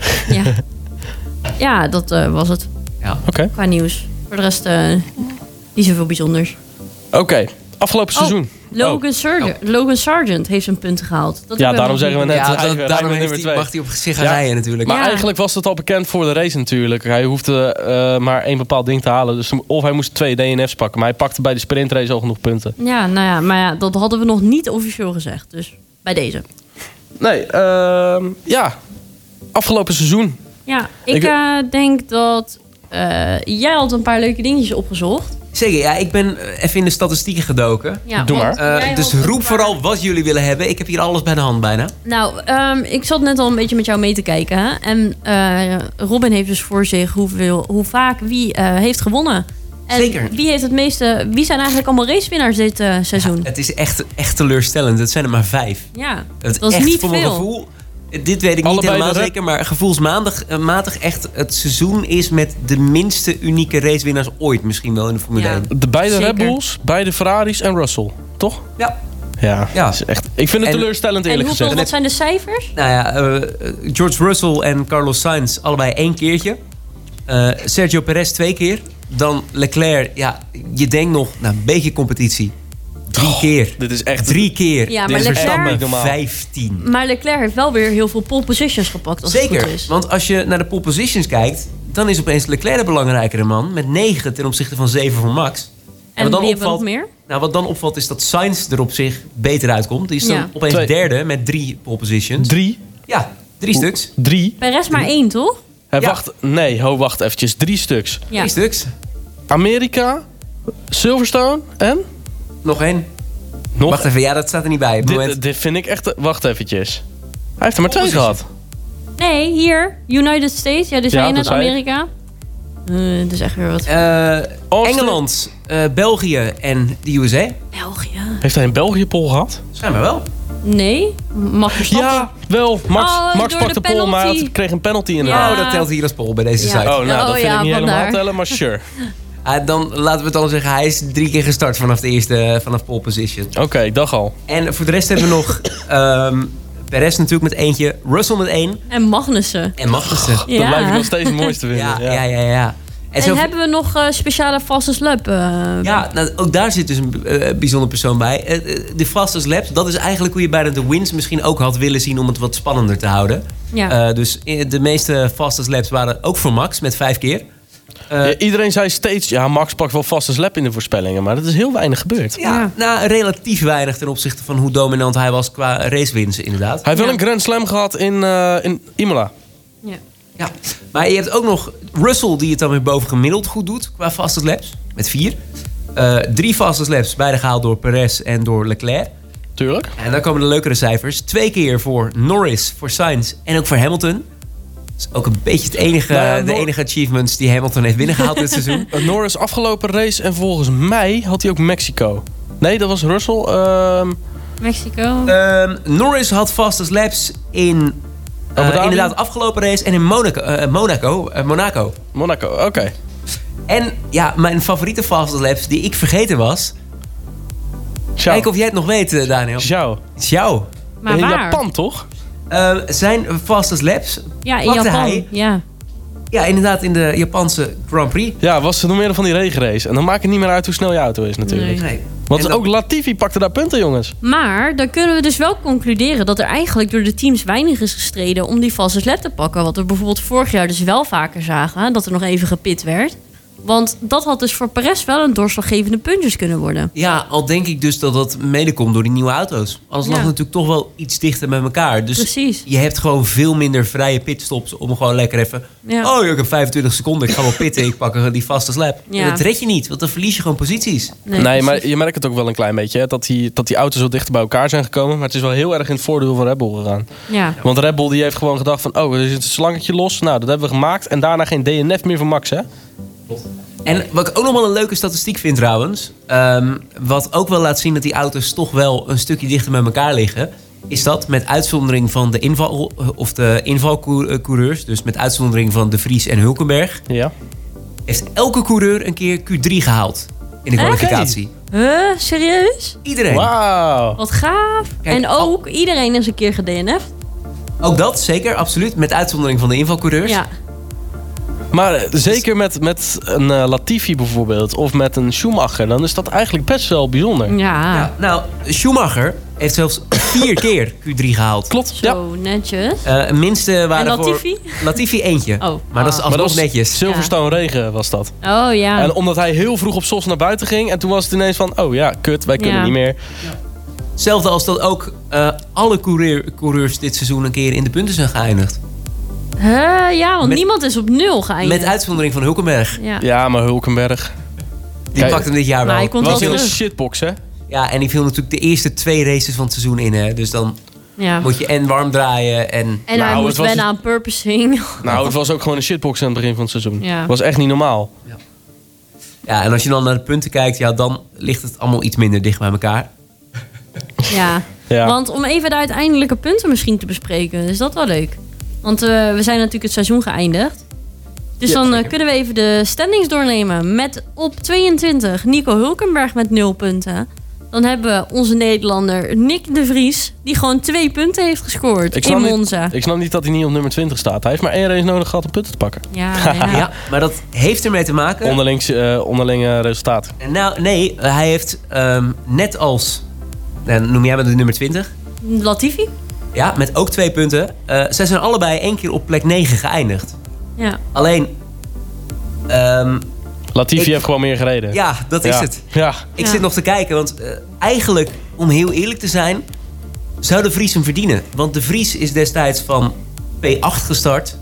Ja, dat was het. Ja. Okay. Qua nieuws. Voor de rest niet zoveel bijzonders. Oké. Afgelopen seizoen. Logan Sargent heeft zijn punten gehaald. Dat daarom zeggen we net... daarom mag hij op zich gaan rijden natuurlijk. Maar eigenlijk was het al bekend voor de race natuurlijk. Hij hoefde maar één bepaald ding te halen. Dus of hij moest 2 DNF's pakken. Maar hij pakte bij de sprintrace al genoeg punten. Ja, nou ja, maar dat hadden we nog niet officieel gezegd. Dus bij deze. Nee, afgelopen seizoen. Ja, ik denk dat... jij had een paar leuke dingetjes opgezocht. Zeker, ja. Ik ben even in de statistieken gedoken. Ja, doe maar. Dus roep vooral wat jullie willen hebben. Ik heb hier alles bij de hand bijna. Nou, ik zat net al een beetje met jou mee te kijken. Hè? En Robin heeft dus voor zich hoe vaak wie heeft gewonnen. En zeker. Wie heeft het meeste? Wie zijn eigenlijk allemaal racewinnaars dit seizoen? Ja, het is echt teleurstellend. Het zijn er maar 5. Ja, dat is echt niet voor mijn gevoel. Dit weet ik niet helemaal zeker, maar gevoelsmatig echt het seizoen is met de minste unieke racewinnaars ooit misschien wel in de Formule 1. De beide Red Bulls, beide Ferraris en Russell, toch? Ja. Ja. Is echt, ik vind het teleurstellend eerlijk gezegd. En wat zijn de cijfers? Nou ja, George Russell en Carlos Sainz allebei 1 keertje. Sergio Perez 2 keer. Dan Leclerc, je denkt nog, een beetje competitie. 3 keer. Dit is echt 3 keer. Ja, maar Leclerc 15. Maar Leclerc heeft wel weer heel veel pole positions gepakt. Als zeker, het goed is. Want als je naar de pole positions kijkt, dan is opeens Leclerc de belangrijkere man. Met 9 ten opzichte van 7 van Max. En wie hebben we nog meer? Nou, wat dan opvalt is dat Sainz er op zich beter uitkomt. Die is dan opeens derde met 3 pole positions. 3? Ja, 3 stuks. 3? Perez maar 1, toch? Wacht eventjes. 3 stuks. Ja. 3 stuks. Amerika, Silverstone en? Nog 1. Wacht even, dat staat er niet bij. Dit vind ik echt... Wacht eventjes. Hij heeft er maar 2 gehad. Nee, hier. United States. Ja, dus zei je net Amerika. Dat is echt weer wat. Engeland, België en de USA. België. Heeft hij een België pole gehad? Schijnbaar wel. Nee, Max Verstappen. Ja, wel. Max pakte de pole, maar hij kreeg een penalty in de Oh, dat telt hier als pole bij deze site. Oh, nou, dat vind ik niet helemaal tellen, maar sure. Dan laten we het dan zeggen, hij is 3 keer gestart vanaf pole position. Oké, ik dacht al. En voor de rest hebben we nog Perez natuurlijk met 1, Russell met 1. En Magnussen. Dat blijf ik nog steeds het mooiste vinden. Ja. En hebben we nog speciale fastest lap? Ook daar zit dus een bijzonder persoon bij. De fastest laps, dat is eigenlijk hoe je bijna de wins misschien ook had willen zien om het wat spannender te houden. Ja. Dus de meeste fastest laps waren ook voor Max met 5 keer. Iedereen zei steeds, Max pakt wel fastest lap in de voorspellingen, maar dat is heel weinig gebeurd. Nou, relatief weinig ten opzichte van hoe dominant hij was qua racewins inderdaad. Hij heeft wel een Grand Slam gehad in Imola. Ja, maar je hebt ook nog Russell die het dan weer boven gemiddeld goed doet qua fastest laps, met 4. 3 fastest laps, beide gehaald door Perez en door Leclerc. Tuurlijk. En dan komen de leukere cijfers. 2 keer voor Norris, voor Sainz en ook voor Hamilton. Dat is ook een beetje de enige achievements die Hamilton heeft binnengehaald dit seizoen. Norris afgelopen race en volgens mij had hij ook Mexico. Nee, dat was Russell. Mexico. Norris had fastest laps in inderdaad afgelopen race en in Monaco. Oké. En mijn favoriete fastest laps die ik vergeten was. Kijk of jij het nog weet, Daniel. Xiao. Maar in waar? Japan, toch? Zijn fastest laps in Japan. Hij, ja, inderdaad in de Japanse Grand Prix. Ja, was het nog meer van die regenrace. En dan maakt het niet meer uit hoe snel je auto is natuurlijk. Nee. Want ook Latifi pakte daar punten, jongens. Maar dan kunnen we dus wel concluderen dat er eigenlijk door de teams weinig is gestreden om die valse sled te pakken. Wat we bijvoorbeeld vorig jaar dus wel vaker zagen, dat er nog even gepit werd. Want dat had dus voor Perez wel een doorslaggevende puntjes kunnen worden. Ja, al denk ik dus dat dat mede komt door die nieuwe auto's. Alles lag natuurlijk toch wel iets dichter bij elkaar. Dus precies. Je hebt gewoon veel minder vrije pitstops om gewoon lekker even... Ja. Oh, ik heb 25 seconden, ik ga wel pitten, ik pak die vaste slap. Ja. Dat red je niet, want dan verlies je gewoon posities. Nee, maar je merkt het ook wel een klein beetje. Hè, dat die auto's zo dichter bij elkaar zijn gekomen. Maar het is wel heel erg in het voordeel van Red Bull gegaan. Ja. Want Red Bull die heeft gewoon gedacht van... Oh, er is een slangetje los. Nou, dat hebben we gemaakt. En daarna geen DNF meer van Max, hè? Klopt. En wat ik ook nog wel een leuke statistiek vind trouwens... wat ook wel laat zien dat die auto's toch wel een stukje dichter bij elkaar liggen... is dat met uitzondering van de invalcoureurs... dus met uitzondering van De Vries en Hulkenberg... Ja. heeft elke coureur een keer Q3 gehaald in de kwalificatie. Serieus? Iedereen. Wauw. Wat gaaf. Kijk, en ook iedereen is een keer gedNF'd. Ook dat, zeker, absoluut. Met uitzondering van de invalcoureurs. Ja. Maar zeker met een Latifi bijvoorbeeld... of met een Schumacher... dan is dat eigenlijk best wel bijzonder. Ja. Nou, Schumacher heeft zelfs 4 keer Q3 gehaald. Klopt, zo netjes. Minste waren en Latifi? Voor Latifi eentje. Oh. Maar dat is alsnog netjes. Silverstone regen was dat. Oh ja. En omdat hij heel vroeg op SOS naar buiten ging... en toen was het ineens van... oh ja, kut, wij kunnen niet meer. Ja. Hetzelfde als dat ook alle coureurs dit seizoen een keer in de punten zijn geëindigd. Ja, want niemand is op 0 geëindigd. Met uitzondering van Hulkenberg. Ja, maar Hulkenberg... Die pakt hem dit jaar wel. Hij komt was in een shitbox, hè? Ja, en die viel natuurlijk de eerste 2 races van het seizoen in, hè. Dus dan moet je en warm draaien en... En hij moest wennen aan purposing. Nou, het was ook gewoon een shitbox aan het begin van het seizoen. Ja. Het was echt niet normaal. Ja, en als je dan naar de punten kijkt... ja, dan ligt het allemaal iets minder dicht bij elkaar. Ja. Want om even de uiteindelijke punten misschien te bespreken... is dat wel leuk. Want we zijn natuurlijk het seizoen geëindigd. Dus dan kunnen we even de standings doornemen. Met op 22 Nico Hulkenberg met 0 punten. Dan hebben we onze Nederlander Nick de Vries... die gewoon 2 punten heeft gescoord in Monza. Ik snap niet dat hij niet op nummer 20 staat. Hij heeft maar 1 race nodig gehad om punten te pakken. Ja, maar dat heeft ermee te maken... Onderlinge resultaat. Nou, nee, hij heeft net als... noem jij met de nummer 20? Latifi? Ja, met ook 2 punten. Zij zijn allebei 1 keer op plek 9 geëindigd. Ja. Alleen... Latifi heeft gewoon meer gereden. Ja, dat is het. Ja. Ik zit nog te kijken, want eigenlijk, om heel eerlijk te zijn... zou de Vries hem verdienen. Want de Vries is destijds van P8 gestart.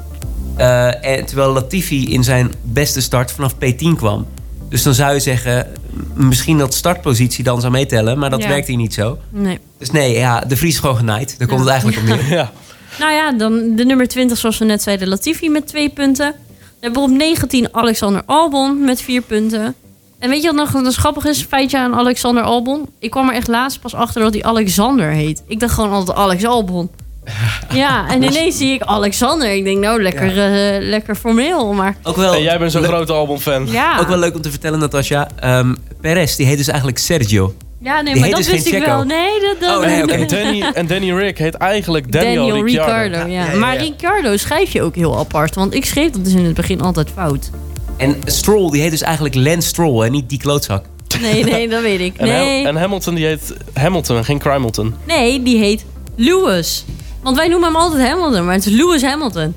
Terwijl Latifi in zijn beste start vanaf P10 kwam. Dus dan zou je zeggen... misschien dat startpositie dan zou meetellen... maar dat werkt hier niet zo. Nee. Dus nee, de Vries is gewoon genaaid. Daar komt het eigenlijk op neer. Ja. Nou ja, dan de nummer 20, zoals we net zeiden, Latifi met 2 punten. We hebben op 19 Alexander Albon met 4 punten. En weet je wat nog grappig is? Feitje aan Alexander Albon. Ik kwam er echt laatst pas achter dat hij Alexander heet. Ik dacht gewoon altijd Alex Albon. Ja, en ineens zie ik Alexander. Ik denk, nou, lekker formeel. Maar... Ook wel, en jij bent zo'n grote Albon-fan. Ja. Ook wel leuk om te vertellen, Natasja. Perez, die heet dus eigenlijk Sergio. Ja, nee, maar dat dus wist ik wel. Nee, En Danny Rick heet eigenlijk Daniel Ricciardo. Ja. Maar Ricciardo schrijf je ook heel apart. Want ik schreef dat dus in het begin altijd fout. En Stroll, die heet dus eigenlijk Lance Stroll en niet die klootzak. Nee, dat weet ik. Nee. En Hamilton, die heet Hamilton en geen Crimelton. Nee, die heet Lewis. Want wij noemen hem altijd Hamilton, maar het is Lewis Hamilton.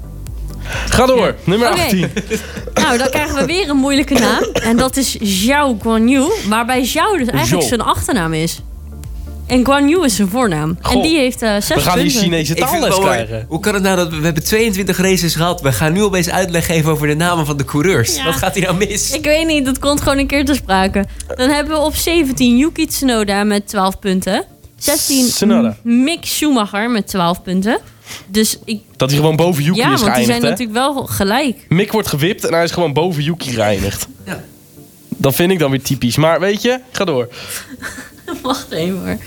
Ga door, nummer 18. Nou, dan krijgen we weer een moeilijke naam. En dat is Zhou Guanyu. Waarbij Zhou dus eigenlijk zijn achternaam is. En Guanyu is zijn voornaam. Goh, en die heeft 6 punten. We gaan die Chinese taalles krijgen. Hoe kan het nou dat we hebben 22 races gehad? We gaan nu opeens uitleg geven over de namen van de coureurs. Ja. Wat gaat hier nou mis? Ik weet niet, dat komt gewoon een keer te sprake. Dan hebben we op 17 Yuki Tsunoda met 12 punten. 16 Mick Schumacher met 12 punten. Dus dat hij gewoon boven Yuki is geëindigd. Ja, want die zijn natuurlijk wel gelijk. Mick wordt gewipt en hij is gewoon boven Yuki geëindigd. Ja. Dat vind ik dan weer typisch. Maar weet je, ga door. Wacht even hoor.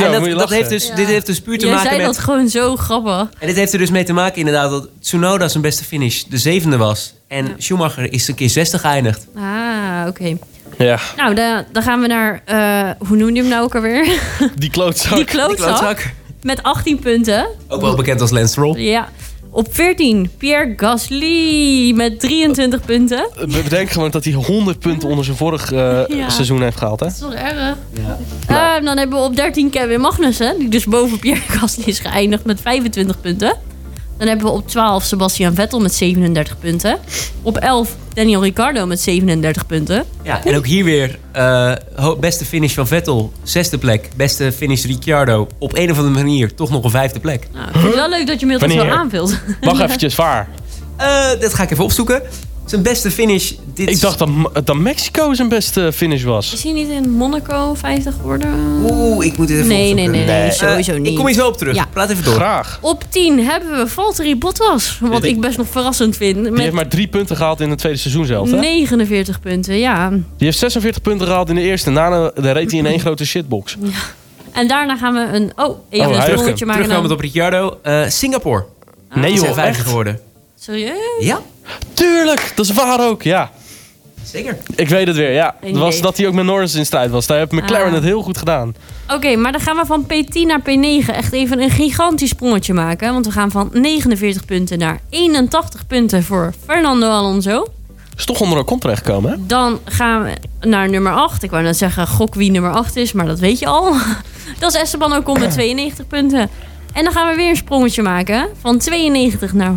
Dit heeft dus puur te maken met... Jij zei dat gewoon zo grappig. En dit heeft er dus mee te maken inderdaad dat Tsunoda zijn beste finish de 7e was. En Schumacher is een keer 60 geëindigd. Ah, oké. Ja. Nou, dan gaan we naar... hoe noem je hem nou ook alweer? Die klootzak. Die klootzak. Met 18 punten. Ook wel bekend als Lance Stroll. Ja. Op 14, Pierre Gasly met 23 punten. Bedenk gewoon dat hij 100 punten onder zijn vorig seizoen heeft gehaald. Hè? Dat is toch erg? Ja. Dan hebben we op 13 Kevin Magnussen, die dus boven Pierre Gasly is geëindigd met 25 punten. Dan hebben we op 12 Sebastian Vettel met 37 punten. Op 11 Daniel Ricciardo met 37 punten. Ja, en ook hier weer beste finish van Vettel, 6e plek. Beste finish Ricciardo, op een of andere manier toch nog een 5e plek. Nou, ik vind het wel leuk dat je me dat zo aanvult. Wacht eventjes, waar? Dat ga ik even opzoeken. Zijn beste finish... Ik dacht dat Mexico zijn beste finish was. Is hij niet in Monaco 50 geworden? Ik moet dit even opzoeken. Nee, sowieso niet. Ik kom hier zo op terug. Ja. Praat even door. Graag. Op 10 hebben we Valtteri Bottas. Wat ik best nog verrassend vind. Die heeft maar 3 punten gehaald in het tweede seizoen zelf, hè? 49 punten, ja. Die heeft 46 punten gehaald in de eerste. Daarna reed hij in één grote shitbox. Ja. En daarna gaan we een sprongetje maken. Terugkomend op Ricciardo. Singapore. Nee joh, zijn 5 geworden. Serieus? Ja. Tuurlijk, dat is waar ook, ja. Zeker. Ik weet het weer, ja. Dat was dat hij ook met Norris in strijd was. Daar heeft McLaren het heel goed gedaan. Oké, maar dan gaan we van P10 naar P9 echt even een gigantisch sprongetje maken. Want we gaan van 49 punten naar 81 punten voor Fernando Alonso. Is toch onder een kont terechtgekomen, hè? Dan gaan we naar nummer 8. Ik wou net zeggen, gok wie nummer 8 is, maar dat weet je al. Dat is Esteban Ocon met 92 punten. En dan gaan we weer een sprongetje maken. Van 92 naar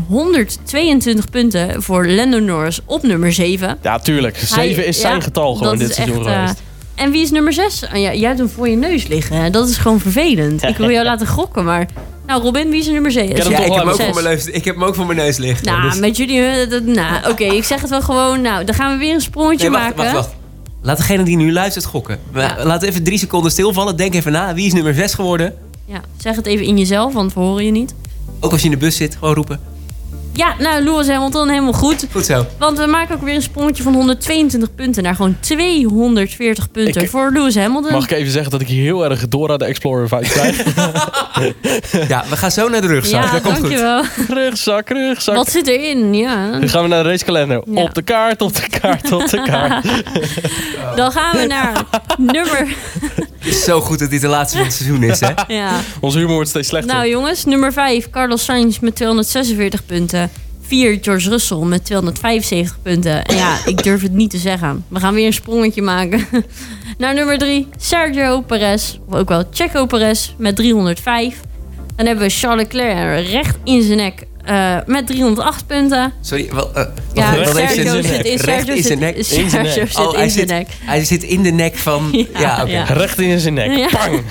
122 punten voor Lando Norris op nummer 7. Ja, tuurlijk. 7 is zijn getal gewoon dit seizoen geweest. En wie is nummer 6? Jij hebt hem voor je neus liggen. Dat is gewoon vervelend. Ik wil jou laten gokken, maar... Nou, Robin, wie is nummer 7? Ik heb hem ook voor mijn neus liggen. Nou, dus. Met jullie... Oké, ik zeg het wel gewoon. Nou, dan gaan we weer een sprongetje maken. Wacht. Laat degene die nu luistert gokken. Laat even 3 seconden stilvallen. Denk even na. Wie is nummer 6 geworden? Ja, zeg het even in jezelf, want we horen je niet. Ook als je in de bus zit, gewoon roepen. Ja, nou, Lewis Hamilton, helemaal goed. Goed zo. Want we maken ook weer een sprongetje van 122 punten naar gewoon 240 punten voor Lewis Hamilton. Mag ik even zeggen dat ik hier heel erg Dora de Explorer vibe krijg? Ja, we gaan zo naar de rugzak. Ja, dat komt dankjewel. goed. Rugzak. Wat zit erin? Ja. Dan gaan we naar de racekalender. Ja. Op de kaart. Dan gaan we naar nummer... Het is zo goed dat dit de laatste van het seizoen is, hè? Ja. Onze humor wordt steeds slechter. Nou jongens, nummer 5, Carlos Sainz met 246 punten. 4, George Russell met 275 punten. En ja, ik durf het niet te zeggen. We gaan weer een sprongetje maken. Naar nummer 3, Sergio Perez. Of ook wel Checo Perez met 305. Dan hebben we Charles Leclerc recht in zijn nek met 308 punten. Sorry, Sergio zit in zijn nek. Hij zit in de nek van... Ja, ja. Recht in zijn nek. Ja. Pang!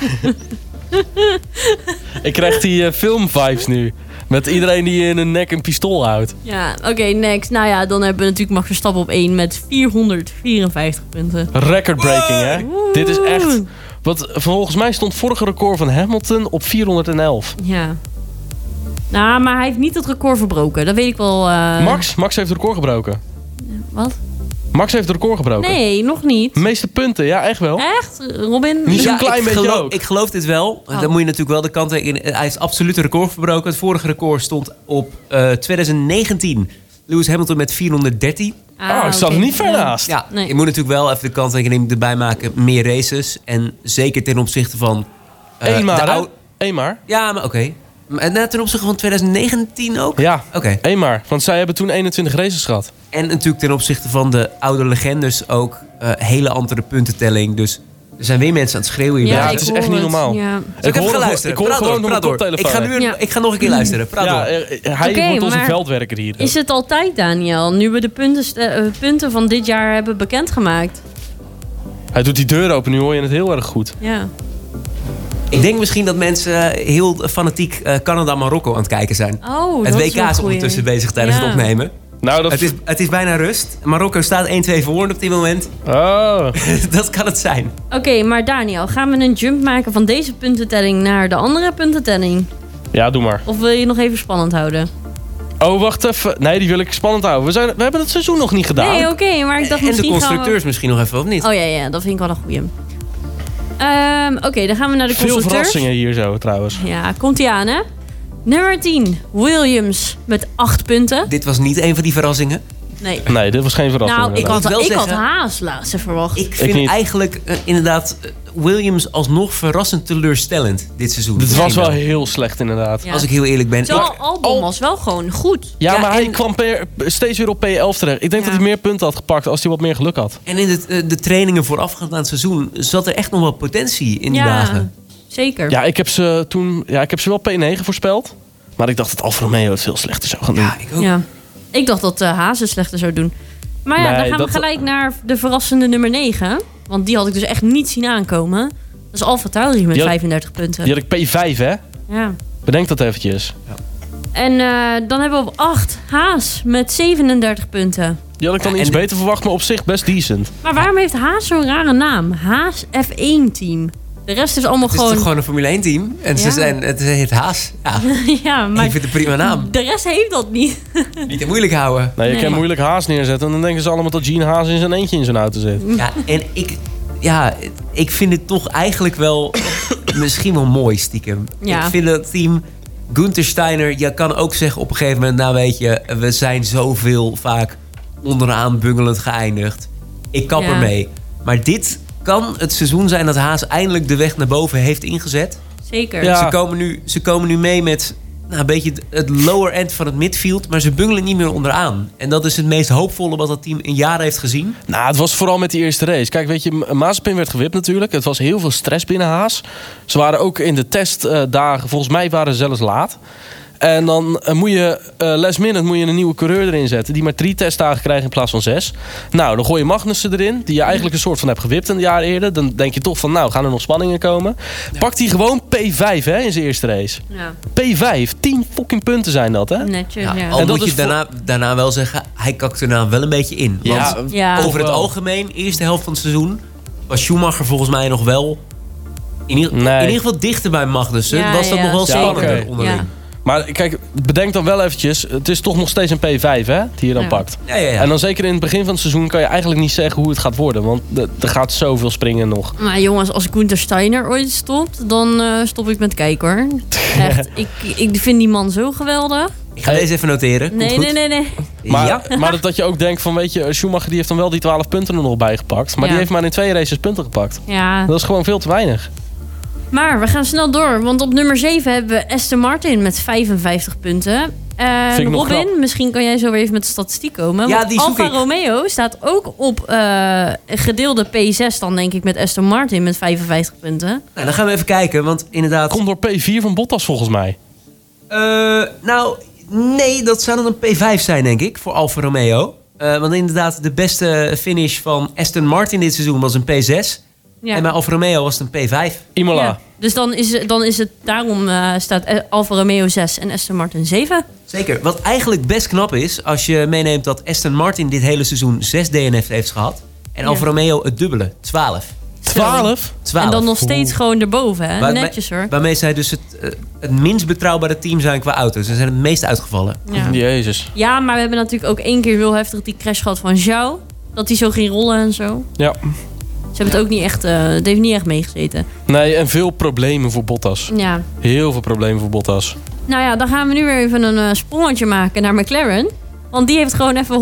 Ik krijg die filmvibes nu. Met iedereen die in hun nek een pistool houdt. Ja, oké, next. Nou ja, dan hebben we natuurlijk Max Verstappen op 1 met 454 punten. Record-breaking, hè? Dit is echt... Wat volgens mij stond vorige record van Hamilton op 411. Ja. Nou, maar hij heeft niet het record verbroken. Dat weet ik wel. Max heeft het record gebroken. Wat? Max heeft het record gebroken. Nee, nog niet. De meeste punten, ja, echt wel. Echt? Robin? Niet zo'n klein beetje ook. Ik geloof dit wel. Dan moet je natuurlijk wel de kant in. Hij is absoluut een record verbroken. Het vorige record stond op 2019. Lewis Hamilton met 413. Ik zat er niet ver naast. Ja, nee. Je moet natuurlijk wel even de kanttekening erbij maken. Meer races. En zeker ten opzichte van... Eenmaar. Ja, maar oké. En ten opzichte van 2019 ook? Ja, oké. Eenmaar. Want zij hebben toen 21 races gehad. En natuurlijk ten opzichte van de oude legendes ook hele andere puntentelling. Dus er zijn weer mensen aan het schreeuwen hier. Ja, het is echt niet normaal. Ja. Ik hoor gewoon op mijn koptelefoon. Ik ga nog een keer luisteren. Praat door. Hij wordt onze veldwerker hier. Is het altijd, Daniel? Nu we de punten van dit jaar hebben bekendgemaakt. Hij doet die deur open. Nu hoor je het heel erg goed. Ja. Ik denk misschien dat mensen heel fanatiek Canada-Marokko aan het kijken zijn. Oh, het WK is ondertussen bezig tijdens het opnemen. Nou, het is bijna rust. Marokko staat 1-2 voor op dit moment. Oh. Dat kan het zijn. Oké, maar Daniel, gaan we een jump maken van deze puntentelling naar de andere puntentelling? Ja, doe maar. Of wil je nog even spannend houden? Oh, wacht even. Nee, die wil ik spannend houden. We hebben het seizoen nog niet gedaan. Nee, oké, maar ik dacht en misschien de constructeurs misschien nog even, of niet? Oh ja, dat vind ik wel een goeie. Oké, dan gaan we naar de constructeurs. Veel verrassingen hier zo, trouwens. Ja, komt-ie aan, hè? Nummer 10, Williams met 8 punten. Dit was niet een van die verrassingen. Nee, dit was geen verrassing. Nou, ik had Haas laatste verwacht. Ik vind eigenlijk inderdaad Williams alsnog verrassend teleurstellend dit seizoen. Het was wel heel slecht inderdaad. Ja. Als ik heel eerlijk ben. Albon was wel gewoon goed. Ja, maar hij kwam steeds weer op P11 terecht. Ik denk dat hij meer punten had gepakt als hij wat meer geluk had. En in de trainingen voorafgaand aan het seizoen zat er echt nog wel potentie in die dagen. Zeker. Ja, ik heb ze wel P9 voorspeld. Maar ik dacht dat Alfa Romeo het veel slechter zou gaan doen. Ja, ik ook. Ja. Ik dacht dat Haas het slechter zou doen. Maar ja, dan gaan we gelijk naar de verrassende nummer 9. Want die had ik dus echt niet zien aankomen. Dat is AlphaTauri met 35 punten. Die had ik P5, hè? Ja. Bedenk dat eventjes. Ja. En dan hebben we op 8 Haas met 37 punten. Die had ik dan iets beter verwacht, maar op zich best decent. Maar waarom heeft Haas zo'n rare naam? Haas F1-team. De rest is allemaal gewoon... Het is toch gewoon een Formule 1 team? En het heet Haas. Ja, ja, maar ik vind het een prima naam. De rest heeft dat niet. Niet te moeilijk houden. Nee, je kan moeilijk Haas neerzetten. En dan denken ze allemaal dat Gene Haas in zijn eentje in zijn auto zit. Ja, en ik vind het toch eigenlijk wel misschien wel mooi stiekem. Ja. Ik vind dat team... Gunther Steiner, je kan ook zeggen op een gegeven moment... nou weet je, we zijn zoveel vaak onderaan bungelend geëindigd. Ik kap ermee. Maar dit kan het seizoen zijn dat Haas eindelijk de weg naar boven heeft ingezet. Zeker. Ja. Ze komen nu mee met een beetje het lower end van het midfield... maar ze bungelen niet meer onderaan. En dat is het meest hoopvolle wat dat team in jaren heeft gezien. Nou, het was vooral met die eerste race. Kijk, weet je, Mazepin werd gewipt natuurlijk. Het was heel veel stress binnen Haas. Ze waren ook in de testdagen, volgens mij waren ze zelfs laat. En dan moet je last minute een nieuwe coureur erin zetten... die maar 3 testdagen krijgt in plaats van 6. Nou, dan gooi je Magnussen erin... die je eigenlijk een soort van hebt gewipt een jaar eerder. Dan denk je toch van, nou, gaan er nog spanningen komen. Ja. Pakt hij gewoon P5 hè, in zijn eerste race. Ja. P5, 10 fucking punten zijn dat, hè? Netjes, ja. Al en moet je daarna wel zeggen... hij kakt er nou wel een beetje in. Want over het algemeen, eerste helft van het seizoen... was Schumacher volgens mij nog wel... in ieder geval dichter bij Magnussen. Was dat nog wel spannender onderling. Ja. Maar kijk, bedenk dan wel eventjes... het is toch nog steeds een P5 hè, die je dan pakt. Ja. En dan zeker in het begin van het seizoen... kan je eigenlijk niet zeggen hoe het gaat worden. Want er gaat zoveel springen nog. Maar jongens, als Gunther Steiner ooit stopt... dan stop ik met kijken hoor. Echt, ik vind die man zo geweldig. Ik ga deze even noteren. Nee. Maar dat je ook denkt van... weet je, Schumacher die heeft dan wel die 12 punten er nog bij gepakt. Maar die heeft maar in 2 races punten gepakt. Ja. Dat is gewoon veel te weinig. Maar we gaan snel door, want op nummer 7 hebben we Aston Martin met 55 punten. Robin, misschien kan jij zo weer even met de statistiek komen. Ja, want Alfa Romeo staat ook op gedeelde P6 dan denk ik met Aston Martin met 55 punten. Nou, dan gaan we even kijken, want inderdaad... Komt door P4 van Bottas volgens mij. Nee, dat zou dan een P5 zijn denk ik, voor Alfa Romeo. Want inderdaad, de beste finish van Aston Martin dit seizoen was een P6... Ja. En bij Alfa Romeo was het een P5. Imola. Ja. Dus dan is het daarom staat Alfa Romeo 6 en Aston Martin 7. Zeker. Wat eigenlijk best knap is... als je meeneemt dat Aston Martin dit hele seizoen 6 DNF heeft gehad... en Alfa Romeo het dubbele, 12. 12? En dan nog steeds gewoon erboven, hè? Netjes hoor. Waarmee zij dus het minst betrouwbare team zijn qua auto's. Ze zijn het meest uitgevallen. Ja. Jezus. Ja, maar we hebben natuurlijk ook 1 keer heel heftig die crash gehad van Zhou. Dat hij zo ging rollen en zo. Ja. Ze hebben het ook niet echt, het heeft niet echt meegezeten. Nee, en veel problemen voor Bottas. Ja. Heel veel problemen voor Bottas. Nou ja, dan gaan we nu weer even een sprongetje maken naar McLaren. Want die heeft gewoon even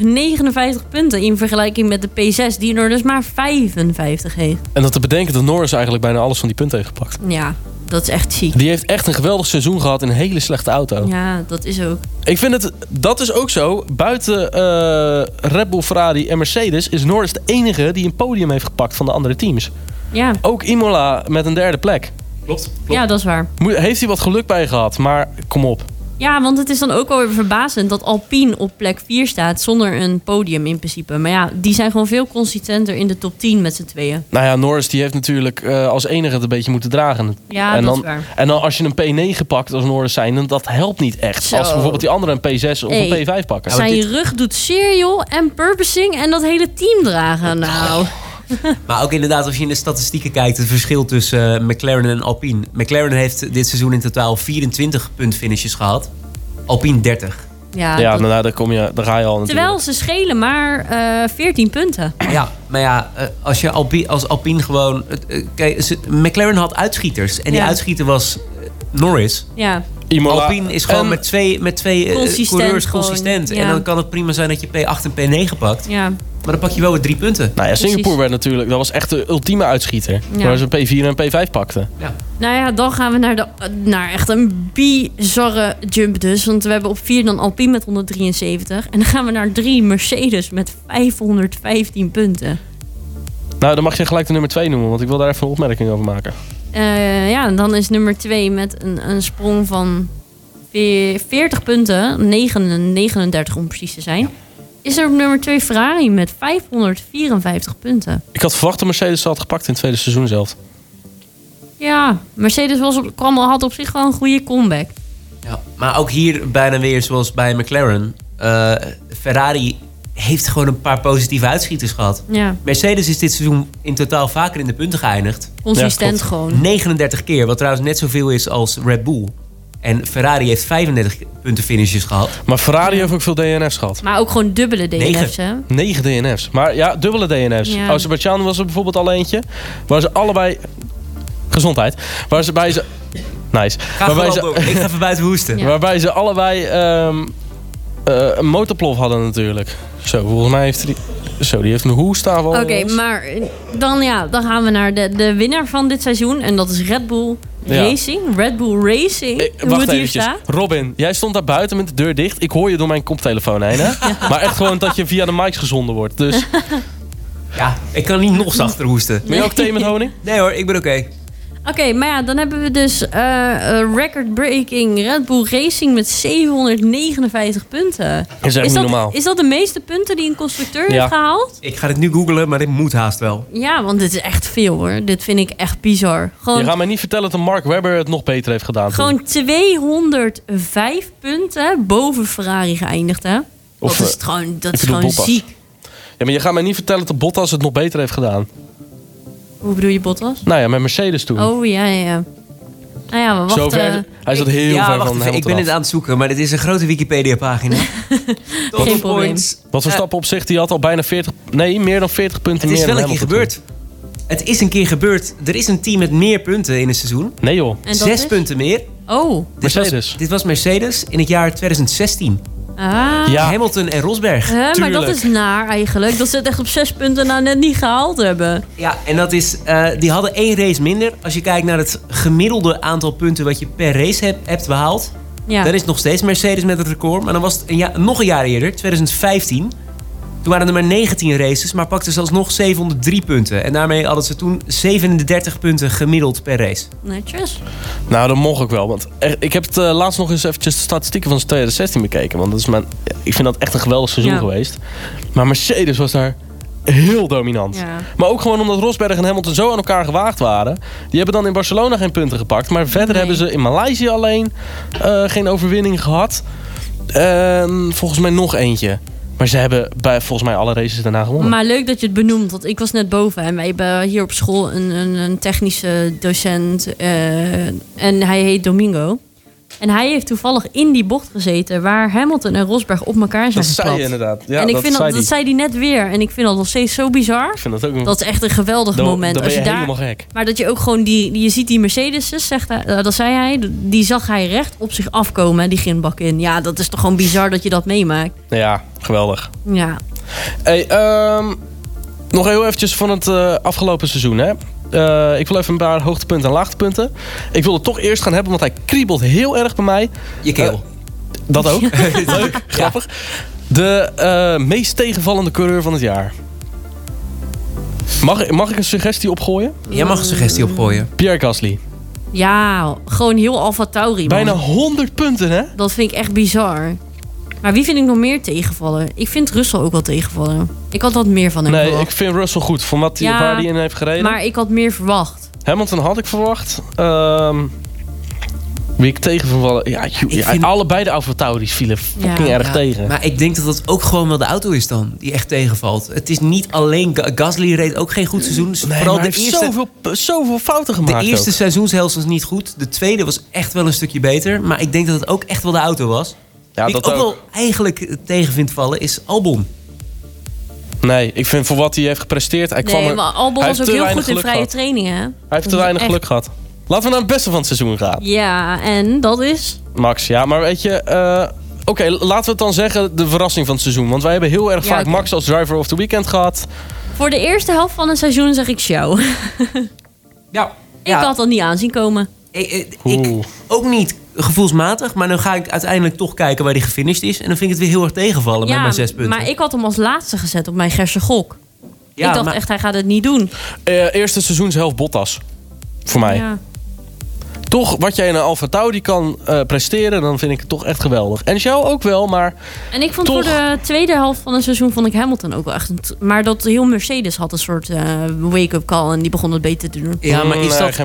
159 punten in vergelijking met de P6, die er dus maar 55 heeft. En dat te bedenken dat Norris eigenlijk bijna alles van die punten heeft gepakt. Ja, dat is echt ziek. Die heeft echt een geweldig seizoen gehad in een hele slechte auto. Ja, dat is ook. Ik vind dat is ook zo. Buiten Red Bull, Ferrari en Mercedes is Norris de enige die een podium heeft gepakt van de andere teams. Ja. Ook Imola met een 3e plek. Klopt. Ja, dat is waar. Heeft hij wat geluk bij gehad, maar kom op. Ja, want het is dan ook wel weer verbazend dat Alpine op plek 4 staat zonder een podium in principe. Maar ja, die zijn gewoon veel consistenter in de top 10 met z'n tweeën. Nou ja, Norris die heeft natuurlijk als enige het een beetje moeten dragen. Ja, en dat dan, is waar. En dan als je een P9 pakt als Norris zijn, dan dat helpt niet echt. Zo. Als bijvoorbeeld die andere een P6 of een P5 pakken. Zijn rug doet serial en purposing en dat hele team dragen. Nou... Maar ook inderdaad, als je in de statistieken kijkt... het verschil tussen McLaren en Alpine. McLaren heeft dit seizoen in totaal 24 puntfinishes gehad. Alpine 30. Ja, nou, daar ga je al natuurlijk. Terwijl ze schelen maar 14 punten. Ja, maar ja, als Alpine gewoon... kijk, McLaren had uitschieters. En die uitschieter was Norris. Ja. Imola. Alpine is gewoon met twee coureurs consistent. Ja. En dan kan het prima zijn dat je P8 en P9 pakt. Ja. Maar dan pak je wel weer 3 punten. Nou ja, Singapore werd natuurlijk... Dat was echt de ultieme uitschieter. Ja. Waar ze P4 en P5 pakten. Ja. Nou ja, dan gaan we naar echt een bizarre jump dus. Want we hebben op 4 dan Alpine met 173. En dan gaan we naar 3 Mercedes met 515 punten. Nou, dan mag je gelijk de nummer 2 noemen. Want ik wil daar even een opmerking over maken. Ja, en dan is nummer 2 met een sprong van 40 punten. 39 om precies te zijn. Is er op nummer 2 Ferrari met 554 punten. Ik had verwacht dat Mercedes had gepakt in het tweede seizoen zelf. Ja, Mercedes had op zich wel een goede comeback. Ja, maar ook hier bijna weer zoals bij McLaren. Ferrari heeft gewoon een paar positieve uitschieters gehad. Ja. Mercedes is dit seizoen in totaal vaker in de punten geëindigd. Consistent gewoon. 39 keer, wat trouwens net zoveel is als Red Bull. En Ferrari heeft 35 punten finishes gehad. Maar Ferrari heeft ook veel DNF's gehad. Maar ook gewoon dubbele DNF's, hè? 9 DNF's. Maar ja, dubbele DNF's. Ja. Azerbaijan was er bijvoorbeeld al eentje. Waar ze allebei... Gezondheid. Waarbij ze... Nice. Ik ga even buiten hoesten. Ja. Waarbij ze allebei een motorplof hadden natuurlijk. Zo, volgens mij heeft die heeft een hoestafel. Oké, maar dan gaan we naar de winnaar van dit seizoen. En dat is Red Bull Racing. Red Bull Racing. Wacht het hier staat. Robin, jij stond daar buiten met de deur dicht. Ik hoor je door mijn koptelefoon heen, hè? Ja. Maar echt gewoon dat je via de mics gezonden wordt. Dus... Ja, ik kan niet nog zachter hoesten. Wil je ook thee met honing? Nee hoor, ik ben oké. Oké, maar ja, dan hebben we dus record-breaking Red Bull Racing met 759 punten. Is dat niet normaal? Is dat de meeste punten die een constructeur heeft gehaald? Ik ga dit nu googlen, maar dit moet haast wel. Ja, want dit is echt veel hoor. Dit vind ik echt bizar. Je gaat mij niet vertellen dat Mark Webber het nog beter heeft gedaan. Gewoon 205 punten boven Ferrari geëindigd, hè? Dat is gewoon ziek. Ja, maar je gaat mij niet vertellen dat Bottas het nog beter heeft gedaan. Hoe bedoel je Bottas? Nou ja, met Mercedes toen. Oh, ja. Nou ja, we wachten. Zover, hij zat heel ver van Hamilton. Ik ben het aan het zoeken, maar dit is een grote Wikipedia-pagina. Geen probleem. Wat Verstappen op zich, die had al bijna meer dan 40 punten meer. Het is wel een keer gebeurd. Het is een keer gebeurd. Er is een team met meer punten in een seizoen. Nee joh. 6 punten meer. Oh. Mercedes. Dit was Mercedes in het jaar 2016. Ja. Hamilton en Rosberg. Maar dat is naar eigenlijk. Dat ze het echt op 6 punten nou net niet gehaald hebben. Ja, en dat is... die hadden 1 race minder. Als je kijkt naar het gemiddelde aantal punten wat je per race hebt behaald. Ja. Dan is nog steeds Mercedes met het record. Maar dan was het nog een jaar eerder, 2015. Toen waren er maar 19 races, maar pakten ze alsnog 703 punten. En daarmee hadden ze toen 37 punten gemiddeld per race. Netjes. Nou, dat mocht ik wel. Want ik heb het laatst nog eens eventjes de statistieken van 2016 bekeken. Want dat is ik vind dat echt een geweldig seizoen geweest. Maar Mercedes was daar heel dominant. Ja. Maar ook gewoon omdat Rosberg en Hamilton zo aan elkaar gewaagd waren. Die hebben dan in Barcelona geen punten gepakt. Maar verder hebben ze in Maleisië alleen geen overwinning gehad. Volgens mij nog eentje. Maar ze hebben volgens mij alle races daarna gewonnen. Maar leuk dat je het benoemt, want ik was net boven. En wij hebben hier op school een technische docent. En hij heet Domingo. En hij heeft toevallig in die bocht gezeten waar Hamilton en Rosberg op elkaar zijn geklapt. Dat zei je inderdaad. Ja, en ik vind dat zei hij net weer. En ik vind dat nog steeds zo bizar. Ik vind dat ook dat is echt een geweldig moment. Dan ben je helemaal gek. Maar dat je ook gewoon je ziet die Mercedes, dat zei hij, die zag hij recht op zich afkomen, die grindbak in. Ja, dat is toch gewoon bizar dat je dat meemaakt. Ja, geweldig. Ja. Hey, nog heel eventjes van het afgelopen seizoen, hè. Ik wil even een paar hoogtepunten en laagtepunten. Ik wil het toch eerst gaan hebben, want hij kriebelt heel erg bij mij. Je keel. Dat ook. Leuk, grappig. Ja. De meest tegenvallende coureur van het jaar. Mag ik een suggestie opgooien? Jij mag een suggestie opgooien. Pierre Gasly. Ja, gewoon heel AlphaTauri. Bijna 100 punten, hè? Dat vind ik echt bizar. Maar wie vind ik nog meer tegenvallen? Ik vind Russell ook wel tegenvallen. Ik had wat meer van hem verwacht. Ik vind Russell goed, van waar hij in heeft gereden. Maar ik had meer verwacht. Hamilton had ik verwacht. Wie ik tegenvallen... allebei de AlphaTauri's vielen fucking erg tegen. Maar ik denk dat dat ook gewoon wel de auto is dan, die echt tegenvalt. Het is niet alleen... Gasly reed ook geen goed seizoen. Dus vooral hij heeft zoveel fouten gemaakt. De eerste seizoenshelft was niet goed. De tweede was echt wel een stukje beter. Maar ik denk dat het ook echt wel de auto was. Ja, wie ik ook wel eigenlijk tegen vind vallen is Albon. Nee, ik vind voor wat hij heeft gepresteerd... maar Albon was ook heel goed in vrije trainingen. Hij heeft te weinig geluk gehad. Laten we naar het beste van het seizoen gaan. Ja, en dat is... Max, ja. Maar weet je... Oké, laten we het dan zeggen de verrassing van het seizoen. Want wij hebben heel erg vaak Max als driver of the weekend gehad. Voor de eerste helft van het seizoen zeg ik Zhou. Ik had dat niet aanzien komen. Ik ook niet gevoelsmatig. Maar dan ga ik uiteindelijk toch kijken waar hij gefinished is. En dan vind ik het weer heel erg tegenvallen met mijn 6 punten. Maar ik had hem als laatste gezet op mijn Gerse gok. Ik dacht echt, hij gaat het niet doen. Eerste seizoenshelft Bottas. Voor mij. Ja. Toch, wat jij in een Alfa Tauri kan presteren, dan vind ik het toch echt geweldig. En Zhou ook wel, maar... En ik vond voor de tweede helft van het seizoen vond ik Hamilton ook wel echt... Maar dat heel Mercedes had een soort wake-up call en die begon het beter te doen. Ja, maar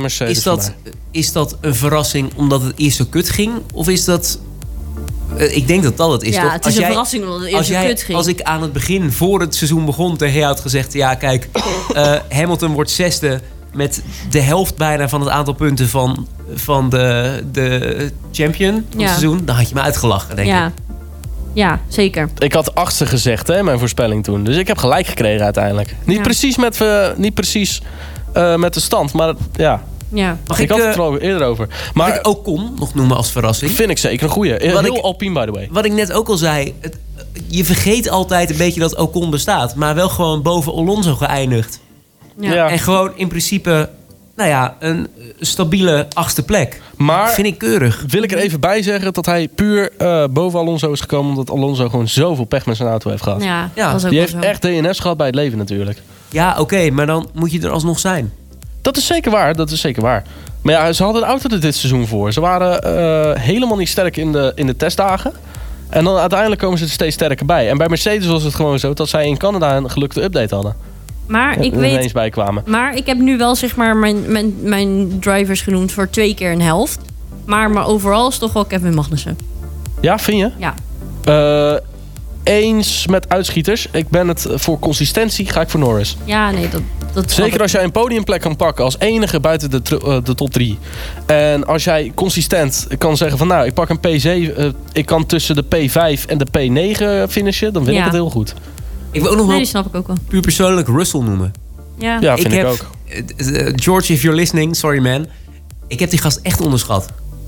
is dat een verrassing omdat het eerst zo kut ging? Of is dat... ik denk dat het is, toch? Het is een verrassing omdat het eerst zo kut ging. Als ik aan het begin, voor het seizoen begon, tegen jou had gezegd... Ja, kijk, Hamilton wordt 6e... met de helft bijna van het aantal punten van de champion van het seizoen... dan had je me uitgelachen, denk ik. Ja, zeker. Ik had 8e gezegd, hè, mijn voorspelling toen. Dus ik heb gelijk gekregen uiteindelijk. Niet precies met de stand, maar ja... Ja. Ik had het er eerder over. Mag ik Ocon nog noemen als verrassing? Vind ik zeker een goeie. Heel Alpine, by the way. Wat ik net ook al zei... je vergeet altijd een beetje dat Ocon bestaat... maar wel gewoon boven Alonso geëindigd. Ja. En gewoon in principe... een stabiele 8e plek. Maar vind ik keurig. Wil ik er even bij zeggen dat hij puur boven Alonso is gekomen... omdat Alonso gewoon zoveel pech met zijn auto heeft gehad. Ja. Dat is ook die heeft echt DNS gehad bij het leven natuurlijk. Ja, oké, maar dan moet je er alsnog zijn. Dat is zeker waar. Maar ja, ze hadden de auto er dit seizoen voor. Ze waren helemaal niet sterk in de testdagen. En dan uiteindelijk komen ze er steeds sterker bij. En bij Mercedes was het gewoon zo dat zij in Canada een gelukte update hadden. Maar ik weet... bij kwamen. Maar ik heb nu wel zeg maar mijn drivers genoemd voor 2 keer een helft. Maar overal is toch wel Kevin Magnussen. Ja, vind je? Ja. Eens met uitschieters. Ik ben het voor consistentie, ga ik voor Norris. Ja, nee, dat zeker als jij een podiumplek kan pakken als enige buiten de top 3. En als jij consistent kan zeggen van ik pak een P7. Ik kan tussen de P5 en de P9 finishen. Dan vind ik het heel goed. Ik wil ook nog die snap ik ook wel. Puur persoonlijk Russell noemen. Ja, vind ik ook. George, if you're listening, sorry man. Ik heb die gast echt onderschat.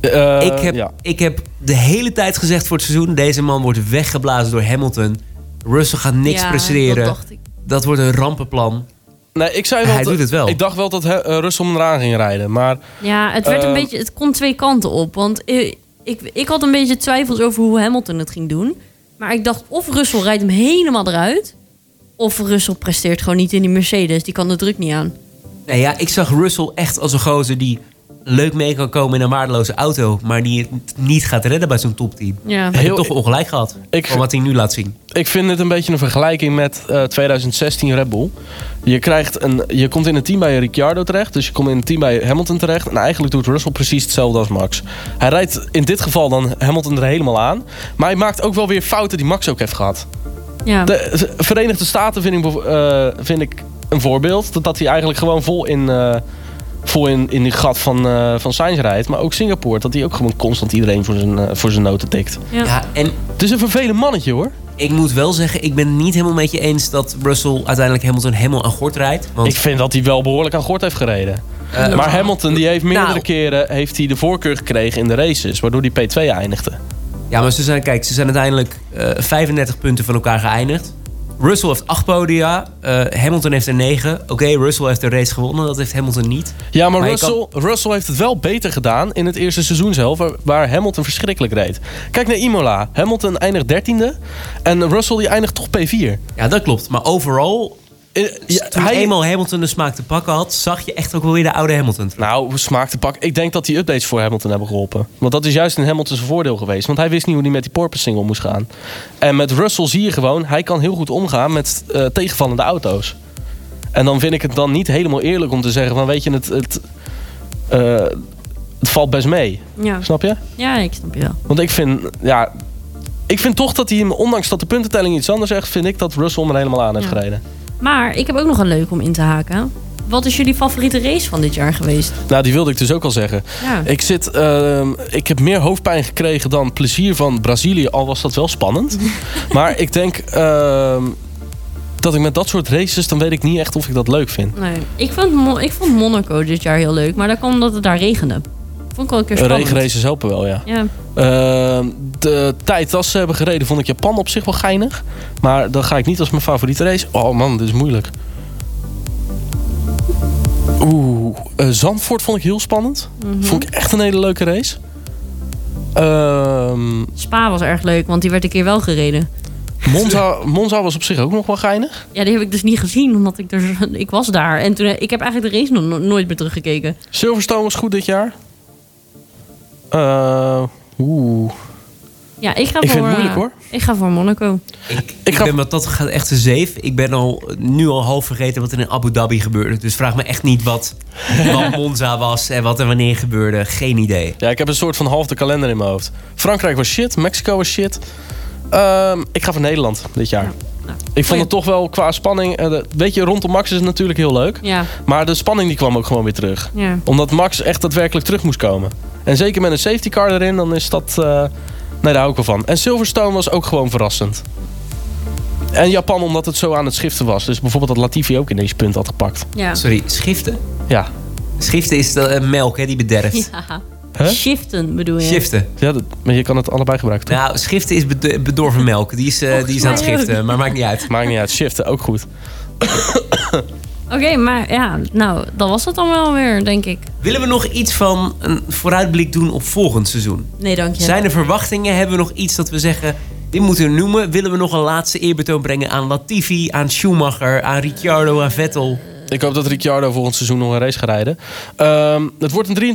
Ik heb de hele tijd gezegd voor het seizoen... deze man wordt weggeblazen door Hamilton. Russell gaat niks presteren. Dat dacht ik. Dat wordt een rampenplan. Nee, ik zei wel hij doet het wel. Ik dacht wel dat Russell hem eraan ging rijden. Maar, ja, het werd een beetje... Het kon 2 kanten op. Want ik had een beetje twijfels over hoe Hamilton het ging doen. Maar ik dacht of Russell rijdt hem helemaal eruit... of Russell presteert gewoon niet in die Mercedes. Die kan de druk niet aan. Nee, ja, ik zag Russell echt als een gozer die... leuk mee kan komen in een waardeloze auto... maar die het niet gaat redden bij zo'n topteam. Ja. Hij heeft toch ongelijk gehad van wat hij nu laat zien. Ik vind het een beetje een vergelijking met 2016 Red Bull. Je komt in een team bij Ricciardo terecht... dus je komt in een team bij Hamilton terecht... en eigenlijk doet Russell precies hetzelfde als Max. Hij rijdt in dit geval dan Hamilton er helemaal aan... maar hij maakt ook wel weer fouten die Max ook heeft gehad. Ja. De Verenigde Staten vind ik een voorbeeld... dat hij eigenlijk gewoon vol in die gat van Sainz rijdt. Maar ook Singapore, dat hij ook gewoon constant iedereen voor zijn noten tikt. Ja, en het is een vervelend mannetje, hoor. Ik moet wel zeggen, ik ben het niet helemaal met je eens... dat Russell uiteindelijk Hamilton helemaal aan gort rijdt. Want... Ik vind dat hij wel behoorlijk aan gort heeft gereden. Maar Hamilton die heeft meerdere keren heeft hij de voorkeur gekregen in de races... waardoor hij P2 eindigde. Ja, maar ze zijn uiteindelijk 35 punten van elkaar geëindigd. Russell heeft 8 podia. Hamilton heeft er 9. Oké, Russell heeft de race gewonnen. Dat heeft Hamilton niet. Ja, maar Russell heeft het wel beter gedaan in het eerste seizoen zelf... waar Hamilton verschrikkelijk reed. Kijk naar Imola. Hamilton eindigt 13e. En Russell die eindigt toch P4. Ja, dat klopt. Maar overal... toen eenmaal Hamilton de smaak te pakken had... zag je echt ook wel weer de oude Hamilton. Nou, smaak te pakken. Ik denk dat die updates voor Hamilton hebben geholpen. Want dat is juist in Hamilton's voordeel geweest. Want hij wist niet hoe hij met die porpoising om moest gaan. En met Russell zie je gewoon... hij kan heel goed omgaan met tegenvallende auto's. En dan vind ik het dan niet helemaal eerlijk om te zeggen... van weet je, het valt best mee. Ja. Snap je? Ja, ik snap je wel. Want ik vind toch dat hij hem... ondanks dat de puntentelling iets anders zegt... vind ik dat Russell hem er helemaal aan heeft gereden. Maar ik heb ook nog een leuk om in te haken. Wat is jullie favoriete race van dit jaar geweest? Nou, die wilde ik dus ook al zeggen. Ja. Ik heb meer hoofdpijn gekregen dan plezier van Brazilië. Al was dat wel spannend. Maar ik denk dat ik met dat soort races... dan weet ik niet echt of ik dat leuk vind. Nee, ik vond Monaco dit jaar heel leuk. Maar dat kwam omdat het daar regende. Vond ik wel een keer spannend. Regenraces helpen wel, ja. De tijd dat ze hebben gereden vond ik Japan op zich wel geinig. Maar dan ga ik niet als mijn favoriete race. Oh man, dit is moeilijk. Zandvoort vond ik heel spannend. Vond ik echt een hele leuke race. Spa was erg leuk, want die werd een keer wel gereden. Monza was op zich ook nog wel geinig. Ja, die heb ik dus niet gezien, omdat ik was daar. En toen, ik heb eigenlijk de race nog nooit meer teruggekeken. Silverstone was goed dit jaar. Ja, ik vind het moeilijk, hoor. Ik ga voor Monaco. Ik ben wat dat gaat echt een zeef. Ik ben nu al half vergeten wat er in Abu Dhabi gebeurde. Dus vraag me echt niet wat Monza was en wat er wanneer gebeurde. Geen idee. Ja, ik heb een soort van halve kalender in mijn hoofd. Frankrijk was shit, Mexico was shit. Ik ga voor Nederland dit jaar. Ik vond het toch wel qua spanning... weet je, rondom Max is het natuurlijk heel leuk. Ja. Maar de spanning die kwam ook gewoon weer terug. Ja. Omdat Max echt daadwerkelijk terug moest komen. En zeker met een safety car erin, dan is dat... nee, daar hou ik wel van. En Silverstone was ook gewoon verrassend. En Japan, omdat het zo aan het schiften was. Dus bijvoorbeeld dat Latifi ook in deze punt had gepakt. Ja. Sorry, schiften? Ja. Schiften is melk, hè, die bederft. Ja. Huh? Shiften bedoel je? Shiften. Ja, maar je kan het allebei gebruiken, toch? Nou, schiften is bedorven melk. Die is aan het schiften, maar maakt niet uit. Maakt niet uit. Shiften, ook goed. Oké, maar ja, nou, dat was het dan wel weer, denk ik. Willen we nog iets van een vooruitblik doen op volgend seizoen? Nee, dank je. Zijn er verwachtingen? Hebben we nog iets dat we zeggen... Dit moeten we noemen. Willen we nog een laatste eerbetoon brengen aan Latifi, aan Schumacher, aan Ricciardo, aan Vettel? Ik hoop dat Ricciardo volgend seizoen nog een race gaat rijden. Het wordt een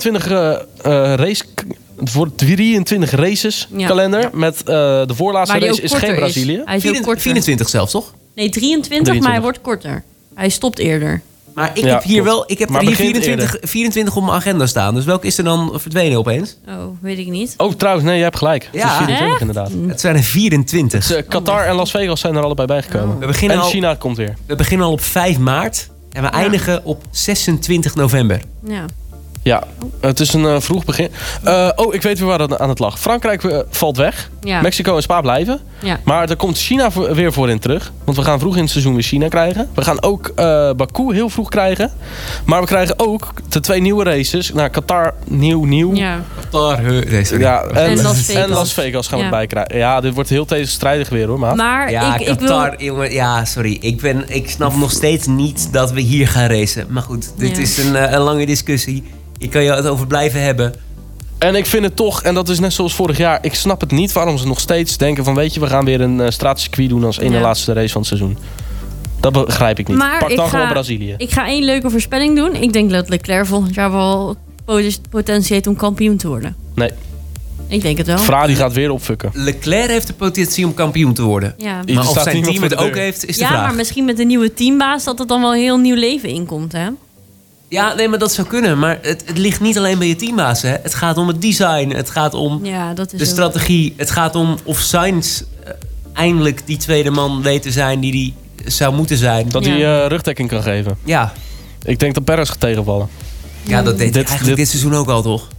23 races kalender. Ja. Met de voorlaatste race is geen Brazilië. Hij is 24 zelfs, toch? Nee, 23, maar hij wordt korter. Hij stopt eerder. Maar ik heb hier wel... Ik heb er hier 24 op mijn agenda staan. Dus welke is er dan verdwenen opeens? Oh, weet ik niet. Oh, trouwens, nee, je hebt gelijk. Ja. Het is 24 inderdaad. Het zijn er 24. Dus, Qatar en Las Vegas zijn er allebei bijgekomen. En China komt weer. We beginnen al op 5 maart. En we eindigen op 26 november. Ja. Ja, het is een vroeg begin. Ik weet weer waar het aan het lag. Frankrijk valt weg. Ja. Mexico en Spa blijven. Ja. Maar er komt China weer voor in terug. Want we gaan vroeg in het seizoen weer China krijgen. We gaan ook Baku heel vroeg krijgen. Maar we krijgen ook de 2 nieuwe races. Nou, Qatar nieuw. Ja. Qatar race. Ja, en Las Vegas gaan we erbij krijgen. Ja, dit wordt heel tegenstrijdig weer, hoor, maat. Maar ja, Qatar, jongen. Ja, sorry. Ik snap nog steeds niet dat we hier gaan racen. Maar goed, dit is een lange discussie. Ik kan je het over blijven hebben. En ik vind het toch, en dat is net zoals vorig jaar... ik snap het niet waarom ze nog steeds denken van... weet je, we gaan weer een straatcircuit doen als ene laatste race van het seizoen. Dat begrijp ik niet. Maar pak dan gewoon Brazilië. Ik ga 1 leuke voorspelling doen. Ik denk dat Leclerc volgend jaar wel potentie heeft om kampioen te worden. Nee. Ik denk het wel. Ferrari gaat weer opfukken. Leclerc heeft de potentie om kampioen te worden. Ja. Maar of zijn team het ook heeft, is de vraag. Ja, maar misschien met een nieuwe teambaas... dat er dan wel heel nieuw leven in komt, hè? Ja, nee, maar dat zou kunnen. Maar het ligt niet alleen bij je teambaas. Hè. Het gaat om het design. Het gaat om de strategie. Het gaat om of Sainz eindelijk die tweede man weet te zijn die zou moeten zijn. Dat hij rugdekking kan geven. Ja. Ik denk dat Perez gaat tegenvallen. Ja, dat deed eigenlijk dit seizoen ook al, toch?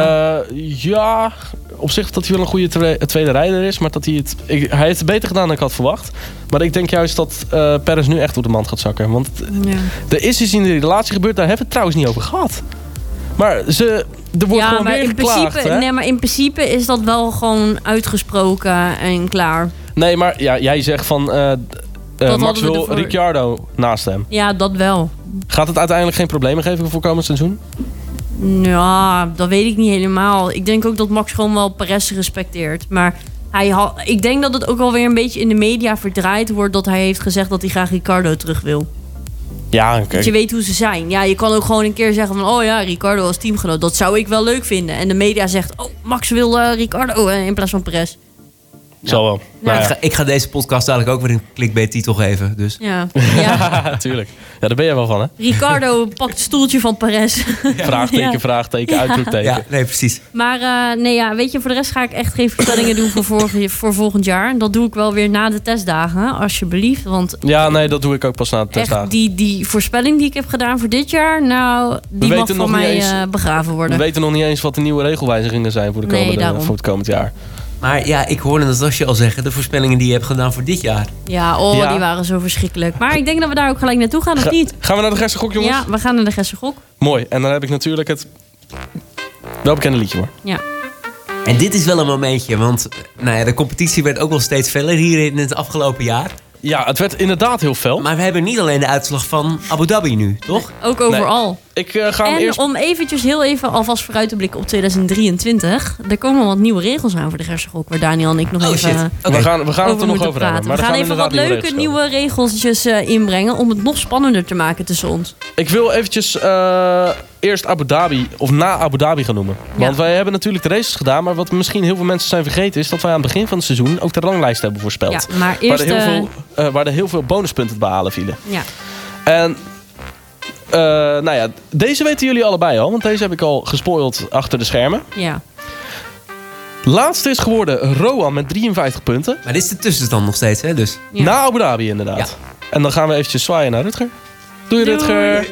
Ja, op zich dat hij wel een goede tweede rijder is. Maar dat hij hij heeft het beter gedaan dan ik had verwacht. Maar ik denk juist dat Perez nu echt door de mand gaat zakken. Want er is iets in de relatie gebeurd. Daar hebben we het trouwens niet over gehad. Maar er wordt gewoon weer geklaagd. Nee, maar in principe is dat wel gewoon uitgesproken en klaar. Nee, maar jij zegt van... Max wil Ricciardo naast hem. Ja, dat wel. Gaat het uiteindelijk geen problemen geven voor komend seizoen? Ja, dat weet ik niet helemaal. Ik denk ook dat Max gewoon wel Perez respecteert. Maar ik denk dat het ook alweer een beetje in de media verdraaid wordt... dat hij heeft gezegd dat hij graag Ricciardo terug wil. Ja, dat je weet hoe ze zijn. Ja, je kan ook gewoon een keer zeggen van... oh ja, Ricciardo als teamgenoot, dat zou ik wel leuk vinden. En de media zegt... oh, Max wil Ricciardo in plaats van Perez. Zal wel. Ja. Nou, ik ga deze podcast dadelijk ook weer een clickbait-titel geven. Dus. Ja, natuurlijk. Ja, daar ben jij wel van, hè? Ricciardo pakt het stoeltje van Perez. Vraagteken, vraagteken, uitroepteken. Ja, nee, precies. Maar weet je, voor de rest ga ik echt geen voorspellingen doen voor volgend jaar. En dat doe ik wel weer na de testdagen, alsjeblieft. Want ja, nee, dat doe ik ook pas na de testdagen. Die voorspelling die ik heb gedaan voor dit jaar, nou, die mag van mij begraven worden. We weten nog niet eens wat de nieuwe regelwijzigingen zijn voor het komend jaar. Maar ja, ik hoorde het als je al zeggen, de voorspellingen die je hebt gedaan voor dit jaar. Ja, die waren zo verschrikkelijk. Maar ik denk dat we daar ook gelijk naartoe gaan, of niet? Gaan we naar de Gerstengok, jongens? Ja, we gaan naar de Gerstengok. Mooi. En dan heb ik natuurlijk het Wel bekende liedje hoor. Ja. En dit is wel een momentje, want de competitie werd ook wel steeds feller hier in het afgelopen jaar. Ja, het werd inderdaad heel fel. Maar we hebben niet alleen de uitslag van Abu Dhabi nu, toch? Ook overal. Nee. Ik ga hem eerst... om eventjes heel even alvast vooruit te blikken op 2023. Er komen wat nieuwe regels aan voor de Gerstengok, waar Daniel en ik nog even We gaan het er nog over hebben. Maar we gaan even wat leuke nieuwe regeltjes inbrengen om het nog spannender te maken tussen ons. Ik wil eventjes eerst Abu Dhabi, of na Abu Dhabi gaan noemen. Want wij hebben natuurlijk de races gedaan, maar wat misschien heel veel mensen zijn vergeten is dat wij aan het begin van het seizoen ook de ranglijst hebben voorspeld. Ja, maar eerst... Waar er heel veel bonuspunten te behalen vielen. Ja. En deze weten jullie allebei al, want deze heb ik al gespoild achter de schermen. Ja. Laatste is geworden Rowan met 53 punten. Maar dit is de tussenstand nog steeds, hè? Dus. Ja. Na Abu Dhabi inderdaad. Ja. En dan gaan we eventjes zwaaien naar Rutger. Doei Rutger.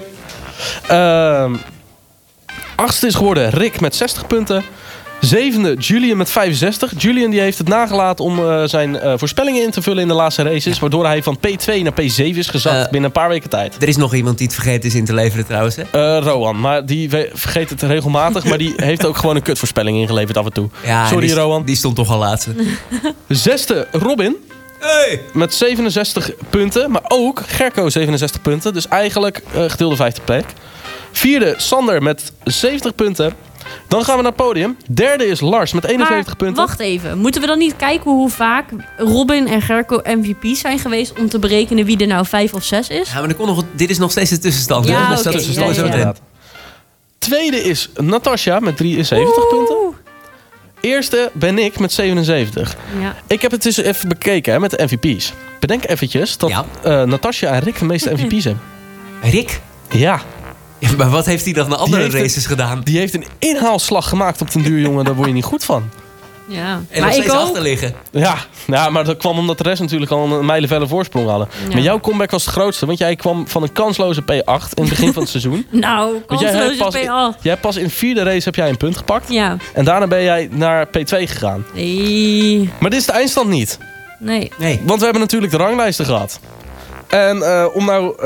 Achtste is geworden Rick met 60 punten. Zevende Julian met 65. Julian die heeft het nagelaten om zijn voorspellingen in te vullen in de laatste races. Ja. Waardoor hij van P2 naar P7 is gezakt binnen een paar weken tijd. Er is nog iemand die het vergeten is in te leveren trouwens, hè? Rowan, maar die vergeet het regelmatig. Maar die heeft ook gewoon een kutvoorspelling ingeleverd af en toe. Ja, sorry Rowan. Die stond toch al laatste. Zesde Robin. Hey. Met 67 punten. Maar ook Gerco 67 punten. Dus eigenlijk gedeelde vijfde plek. Vierde Sander met 70 punten. Dan gaan we naar het podium. Derde is Lars met 71 punten. Wacht even. Moeten we dan niet kijken hoe vaak Robin en Gerco MVP zijn geweest om te berekenen wie er nou 5 of 6 is? Ja, maar dit is nog steeds de tussenstand. Ja, dus dat is zo. Tweede is Natasja met 73 punten. Eerste ben ik met 77. Ja. Ik heb het dus even bekeken met de MVP's. Bedenk eventjes dat Natasja en Rick de meeste MVP's hebben. Rick? Ja. Ja, maar wat heeft hij dan naar andere races gedaan? Die heeft een inhaalslag gemaakt op den duur, jongen. Daar word je niet goed van. Ja. En nog steeds achter liggen. Ja, maar dat kwam omdat de rest natuurlijk al een mijlenverre voorsprong hadden. Ja. Maar jouw comeback was het grootste. Want jij kwam van een kansloze P8 in het begin van het seizoen. Nou, kansloze P8. Jij pas in de vierde race heb jij een punt gepakt. Ja. En daarna ben jij naar P2 gegaan. Nee. Maar dit is de eindstand niet. Nee. Want we hebben natuurlijk de ranglijsten gehad. En om nou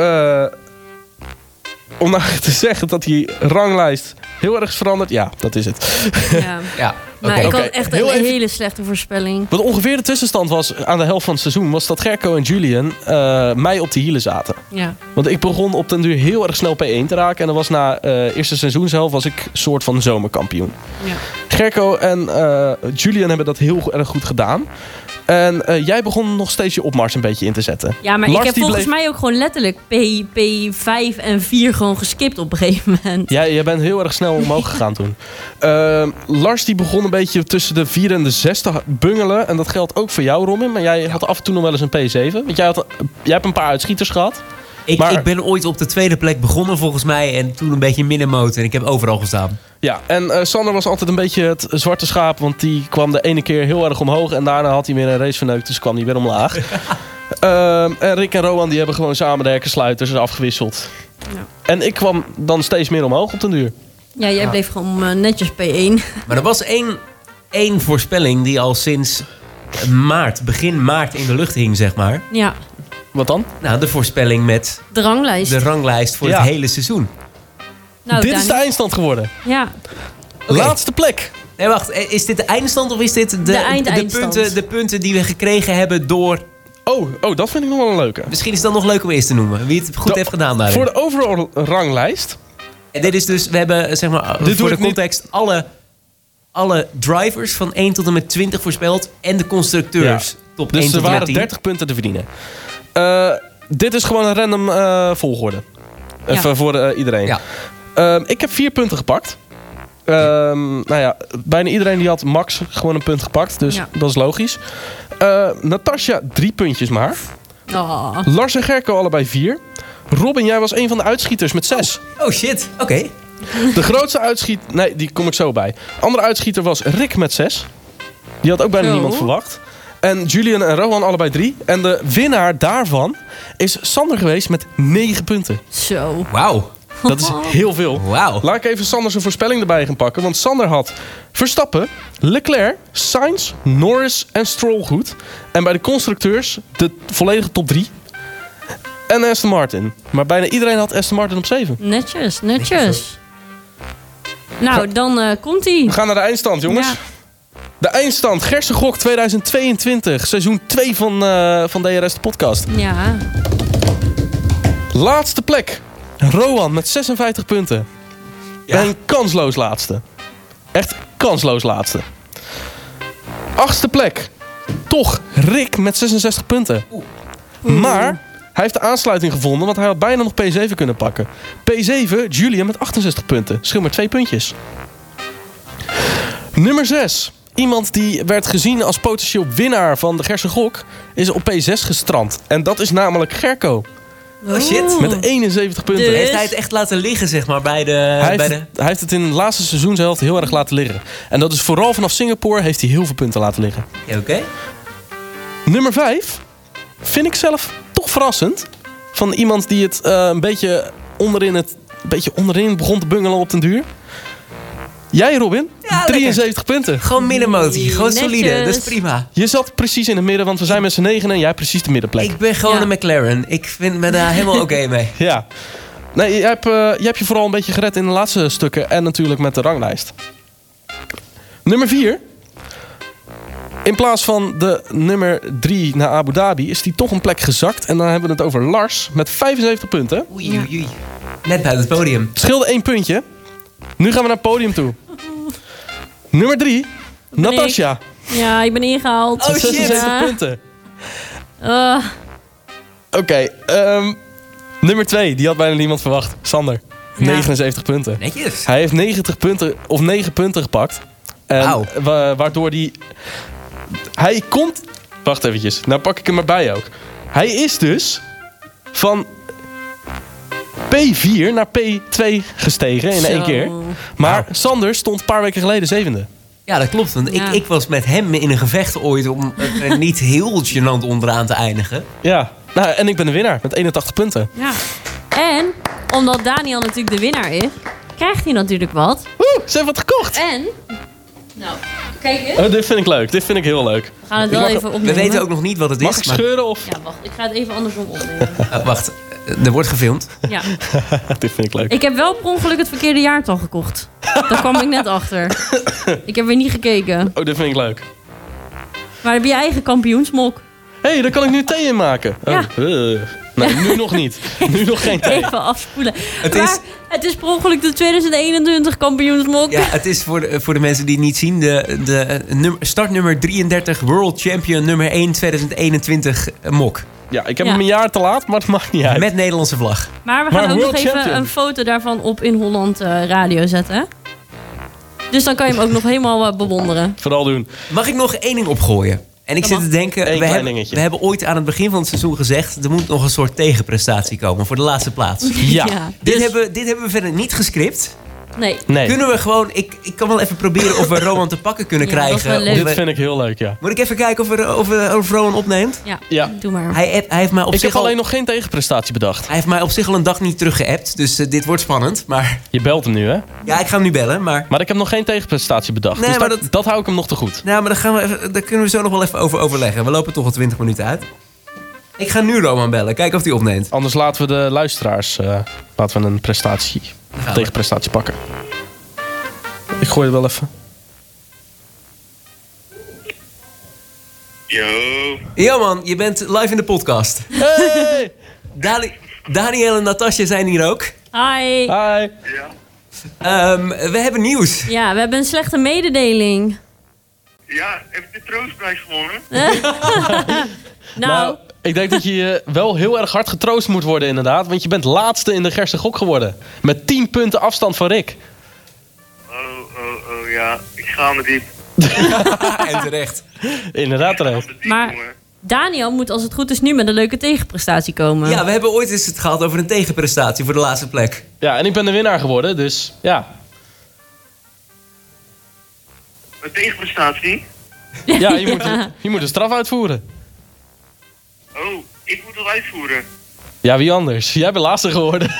te zeggen dat die ranglijst heel erg is veranderd. Ja, dat is het. Ja. Maar ik had echt een hele slechte voorspelling. Wat ongeveer de tussenstand was aan de helft van het seizoen, was dat Gerco en Julian mij op de hielen zaten. Ja. Want ik begon op den duur heel erg snel P1 te raken. En dan was na eerste seizoenshelft was ik soort van zomerkampioen. Ja. Gerco en Julian hebben dat heel erg goed gedaan. En jij begon nog steeds je opmars een beetje in te zetten. Ja, maar Lars, ik heb volgens mij ook gewoon letterlijk P5 en 4 gewoon geskipt op een gegeven moment. Ja, jij bent heel erg snel omhoog gegaan toen. Lars die begon een beetje tussen de 4 en de 6 te bungelen. En dat geldt ook voor jou, Robin. Maar jij had af en toe nog wel eens een P7. Want jij hebt een paar uitschieters gehad. Ik ben ooit op de tweede plek begonnen volgens mij. En toen een beetje middenmotor. En ik heb overal gestaan. Ja, en Sander was altijd een beetje het zwarte schaap. Want die kwam de ene keer heel erg omhoog. En daarna had hij weer een race verneukt. Dus kwam hij weer omlaag. En Rick en Rowan die hebben gewoon samen de hekkensluiters afgewisseld. Ja. En ik kwam dan steeds meer omhoog op den duur. Ja, jij bleef gewoon netjes P1. Maar er was één voorspelling die al sinds begin maart in de lucht hing, zeg maar. Ja. Wat dan? Nou, de voorspelling met de ranglijst voor het hele seizoen. Nou, dit is de eindstand geworden. Ja. Okay. Laatste plek. Nee, wacht. Is dit de eindstand of is dit de punten die we gekregen hebben door... Oh, dat vind ik nog wel een leuke. Misschien is het dan nog leuk om eerst te noemen. Wie het goed heeft gedaan daarin. Voor de overall ranglijst. En dit is dus, we hebben zeg maar voor de context alle drivers van 1 tot en met 20 voorspeld. En de constructeurs top 1 tot en met 10. Dus er waren 30 punten te verdienen. Dit is gewoon een random volgorde. Even voor iedereen. Ja. Ik heb 4 punten gepakt. Bijna iedereen die had max gewoon een punt gepakt. Dus dat is logisch. Natasja 3 puntjes maar. Oh. Lars en Gerco allebei 4. Robin, jij was een van de uitschieters met 6. Oh shit, oké. De grootste uitschieter... Nee, die kom ik zo bij. Andere uitschieter was Rick met 6. Die had ook bijna niemand verwacht. En Julian en Rowan allebei 3. En de winnaar daarvan is Sander geweest met 9 punten. Zo. Wauw. Dat is heel veel. Wauw. Laat ik even Sander zijn voorspelling erbij gaan pakken. Want Sander had Verstappen, Leclerc, Sainz, Norris en Stroll goed. En bij de constructeurs de volledige top 3. En Aston Martin. Maar bijna iedereen had Aston Martin op 7. Netjes. Nou, dan komt-ie. We gaan naar de eindstand, jongens. Ja. De eindstand, Gersengok 2022. Seizoen 2 van DRS de podcast. Ja. Laatste plek. Rowan met 56 punten. Ja. En kansloos laatste. Echt kansloos laatste. 8e plek. Toch Rick met 66 punten. Maar hij heeft de aansluiting gevonden, want hij had bijna nog P7 kunnen pakken. P7, Julian met 68 punten. Schil maar 2 puntjes. Nummer 6. Iemand die werd gezien als potentieel winnaar van de Gersengok is op P6 gestrand. En dat is namelijk Gerco. Oh shit. Met 71 punten. Dus heeft hij het echt laten liggen, zeg maar, bij de... Hij heeft het in de laatste seizoenshelft heel erg laten liggen. En dat is vooral vanaf Singapore heeft hij heel veel punten laten liggen. Oké. Nummer 5 vind ik zelf toch verrassend. Van iemand die het een beetje onderin begon te bungelen op den duur. Jij, Robin, ja, 73 punten. Gewoon middenmotie, gewoon solide, dat is prima. Je zat precies in het midden, want we zijn met z'n 9 en jij precies de middenplek. Ik ben gewoon een McLaren. Ik vind me daar helemaal oké mee. Ja. Nee, je hebt je vooral een beetje gered in de laatste stukken en natuurlijk met de ranglijst. Nummer 4. In plaats van de nummer 3 naar Abu Dhabi is die toch een plek gezakt. En dan hebben we het over Lars met 75 punten. Oei. Net buiten het podium. Scheelde 1 puntje. Nu gaan we naar het podium toe. Nummer 3, Natasja. Ja, ik ben ingehaald. Oh shit. 76 punten. Oké, nummer 2, die had bijna niemand verwacht. Sander, 79 punten. Netjes. Hij heeft 9 punten gepakt. En waardoor hij komt... Wacht eventjes, nou pak ik hem erbij ook. Hij is dus van P4 naar P2 gestegen in 1 keer. Maar Sander stond een paar weken geleden 7e. Ja, dat klopt. Want ik was met hem in een gevecht ooit om er niet heel gênant onderaan te eindigen. Ja, nou, en ik ben de winnaar met 81 punten. Ja. En omdat Daniel natuurlijk de winnaar is, krijgt hij natuurlijk wat. Ze hebben wat gekocht. En... Nou, kijk eens. Oh, dit vind ik leuk. Dit vind ik heel leuk. We gaan het wel even opnemen. We weten ook nog niet wat het is. Mag ik scheuren of... Ja, wacht. Ik ga het even andersom opnemen. Wacht. Er wordt gefilmd. Ja. Dit vind ik leuk. Ik heb wel per ongeluk het verkeerde jaartal gekocht. Daar kwam ik net achter. Ik heb weer niet gekeken. Oh, dit vind ik leuk. Maar heb je eigen kampioensmok? Hé, daar kan ik nu thee in maken. Ja. Nee, nu nog niet. Nu nog geen thee. Even afspoelen. Het is per ongeluk de 2021 kampioensmok. Ja, het is voor de mensen die het niet zien. De startnummer 33 World Champion nummer 1 2021 mok. Ja, ik heb hem een jaar te laat, maar het maakt niet uit. Met Nederlandse vlag. Maar we gaan ook nog even een foto daarvan op In Holland Radio zetten. Dus dan kan je hem ook nog helemaal bewonderen. Vooral doen. Mag ik nog 1 ding opgooien? En ik zit te denken, we hebben ooit aan het begin van het seizoen gezegd... er moet nog een soort tegenprestatie komen voor de laatste plaats. Ja. Dit hebben we verder niet gescript. Nee. Kunnen we gewoon... Ik kan wel even proberen of we Rowan te pakken kunnen krijgen. Dit vind ik heel leuk, ja. Moet ik even kijken of Rowan opneemt? Ja, doe maar. Hij heeft mij ik heb alleen nog geen tegenprestatie bedacht. Hij heeft mij op zich al een dag niet teruggeappt. Dus dit wordt spannend. Maar... Je belt hem nu, hè? Ja, ik ga hem nu bellen. Maar ik heb nog geen tegenprestatie bedacht. Nee, dus maar dat hou ik hem nog te goed. Nou, maar daar kunnen we zo nog wel even over overleggen. We lopen toch al 20 minuten uit. Ik ga nu Roman bellen. Kijken of hij opneemt. Anders laten we de luisteraars laten we een tegenprestatie pakken. Ik gooi het wel even. Yo man, je bent live in de podcast. Hey! Daniel en Natasja zijn hier ook. Hi. Hi. Ja. We hebben nieuws. Ja, we hebben een slechte mededeling. Ja, heb je de troostprijs gewonnen? Nou, ik denk dat je wel heel erg hard getroost moet worden inderdaad. Want je bent laatste in de Gersengok geworden. Met 10 punten afstand van Rick. Oh, ja. Ik ga me diep. En terecht. Inderdaad terecht. Maar Daniel moet als het goed is nu met een leuke tegenprestatie komen. Ja, we hebben ooit eens het gehad over een tegenprestatie voor de laatste plek. Ja, en ik ben de winnaar geworden, dus ja. Een tegenprestatie? Ja, je moet een straf uitvoeren. Oh, ik moet dat uitvoeren? Ja, wie anders? Jij bent laatste geworden.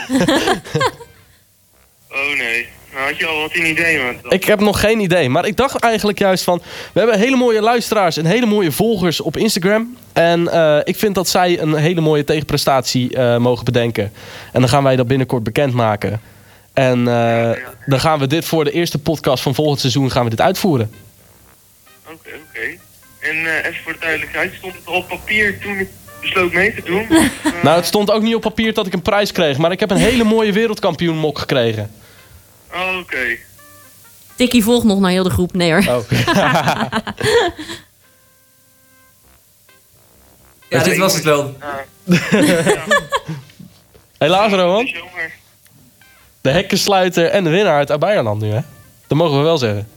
Oh nee. Nou, had je al wat een idee, man? Ik heb nog geen idee. Maar ik dacht eigenlijk juist van... We hebben hele mooie luisteraars en hele mooie volgers op Instagram. En ik vind dat zij een hele mooie tegenprestatie mogen bedenken. En dan gaan wij dat binnenkort bekendmaken. En dan gaan we dit voor de eerste podcast van volgend seizoen gaan we dit uitvoeren. Oké. En even voor de duidelijkheid, stond het op papier toen ik besloot mee te doen? Nou, het stond ook niet op papier dat ik een prijs kreeg, maar ik heb een hele mooie wereldkampioen mok gekregen. Oké. Tikkie volgt nog naar heel de groep. Nee hoor. Oh. Ja, dit was het wel. Helaas, Rowan. Jammer. De hekkensluiter en de winnaar uit Abeierland nu, hè? Dat mogen we wel zeggen.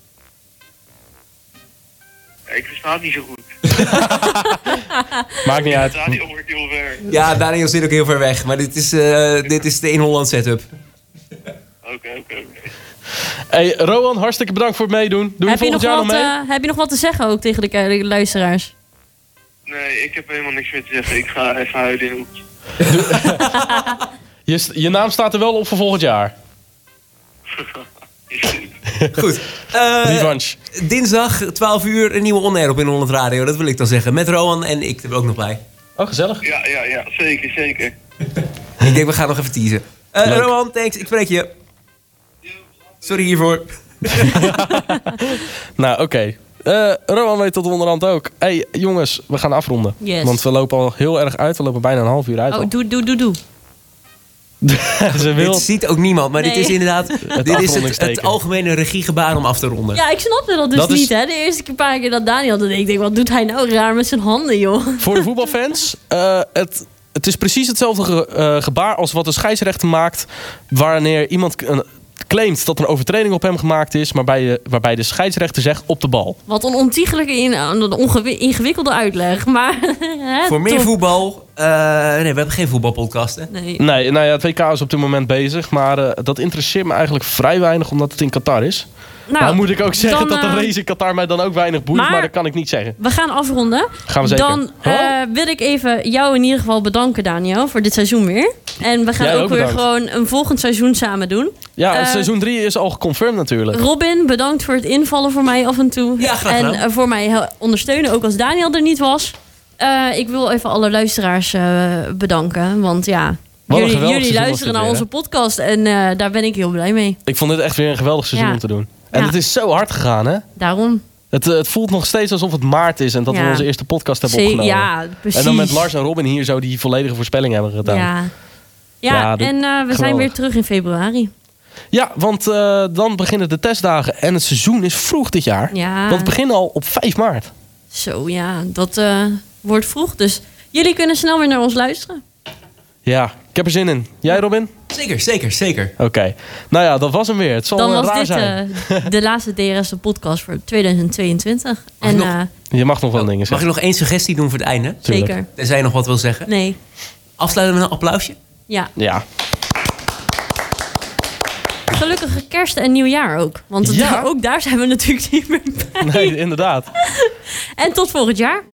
Ja, ik versta het niet zo goed. Maakt niet uit. Daniel wordt heel ver. Ja, Daniel zit ook heel ver weg. Maar dit is de in-Holland setup. Oké. Hey, Rowan, hartstikke bedankt voor het meedoen. Doe je volgend jaar nog mee? Heb je nog wat te zeggen ook tegen de luisteraars? Nee, ik heb helemaal niks meer te zeggen. Ik ga even huilen in een hoekje. Je naam staat er wel op voor volgend jaar. Goed. Revanche. Dinsdag, 12 uur, een nieuwe on-air op in Holland Radio. Dat wil ik dan zeggen. Met Rowan en ik er ook nog bij. Oh, gezellig. Ja, zeker. Ik denk, we gaan nog even teasen. Rowan, thanks. Ik spreek je. Sorry hiervoor. Nou, oké. Rowan weet dat onderhand ook. Hey, jongens, we gaan afronden. Yes. Want we lopen al heel erg uit. We lopen bijna een half uur uit. Oh, doe. Ze wil... Dit ziet ook niemand, maar dit is inderdaad het algemene regiegebaar om af te ronden. Ja, ik snapte dat niet, hè. De eerste paar keer dat Daniel dat ik denk, wat doet hij nou raar met zijn handen, joh. Voor de voetbalfans, het is precies hetzelfde gebaar als wat de scheidsrechter maakt wanneer iemand claimt dat er een overtreding op hem gemaakt is, waarbij de scheidsrechter zegt op de bal. Wat een ontiegelijke ingewikkelde uitleg, maar... Voor meer voetbal... nee, we hebben geen voetbalpodcast, hè? Nee, nou ja, het WK is op dit moment bezig, maar dat interesseert me eigenlijk vrij weinig, omdat het in Qatar is. Nou moet ik ook zeggen dat de race in Qatar mij dan ook weinig boeit, maar dat kan ik niet zeggen. We gaan afronden. Gaan we zeker. Dan wil ik even jou in ieder geval bedanken, Daniel, voor dit seizoen weer. En we gaan ook weer gewoon een volgend seizoen samen doen. Ja, seizoen 3 is al geconfirmed natuurlijk. Robin, bedankt voor het invallen voor mij af en toe. Ja, graag gedaan. En voor mij ondersteunen, ook als Daniel er niet was. Ik wil even alle luisteraars bedanken, want ja... Jullie luisteren naar onze podcast en daar ben ik heel blij mee. Ik vond dit echt weer een geweldig seizoen om te doen. En het is zo hard gegaan, hè? Daarom. Het voelt nog steeds alsof het maart is en dat we onze eerste podcast hebben opgenomen. Ja, precies. En dan met Lars en Robin hier zo die volledige voorspelling hebben gedaan. Ja, en we zijn weer terug in februari. Ja, want dan beginnen de testdagen en het seizoen is vroeg dit jaar. Ja. Want het begint al op 5 maart. Zo, ja, dat wordt vroeg. Dus jullie kunnen snel weer naar ons luisteren. Ja, ik heb er zin in. Jij, Robin? Zeker. Oké. Nou ja, dat was hem weer. Het zal dan was raar dit zijn. De laatste DRS-podcast voor 2022. Je mag nog wel dingen zeggen. Mag ik nog één suggestie doen voor het einde? Zeker. Tenzij je nog wat wil zeggen? Nee. Afsluiten met een applausje? Ja. Gelukkige kerst en nieuwjaar ook. Want ook daar zijn we natuurlijk niet meer bij. Nee, inderdaad. En tot volgend jaar.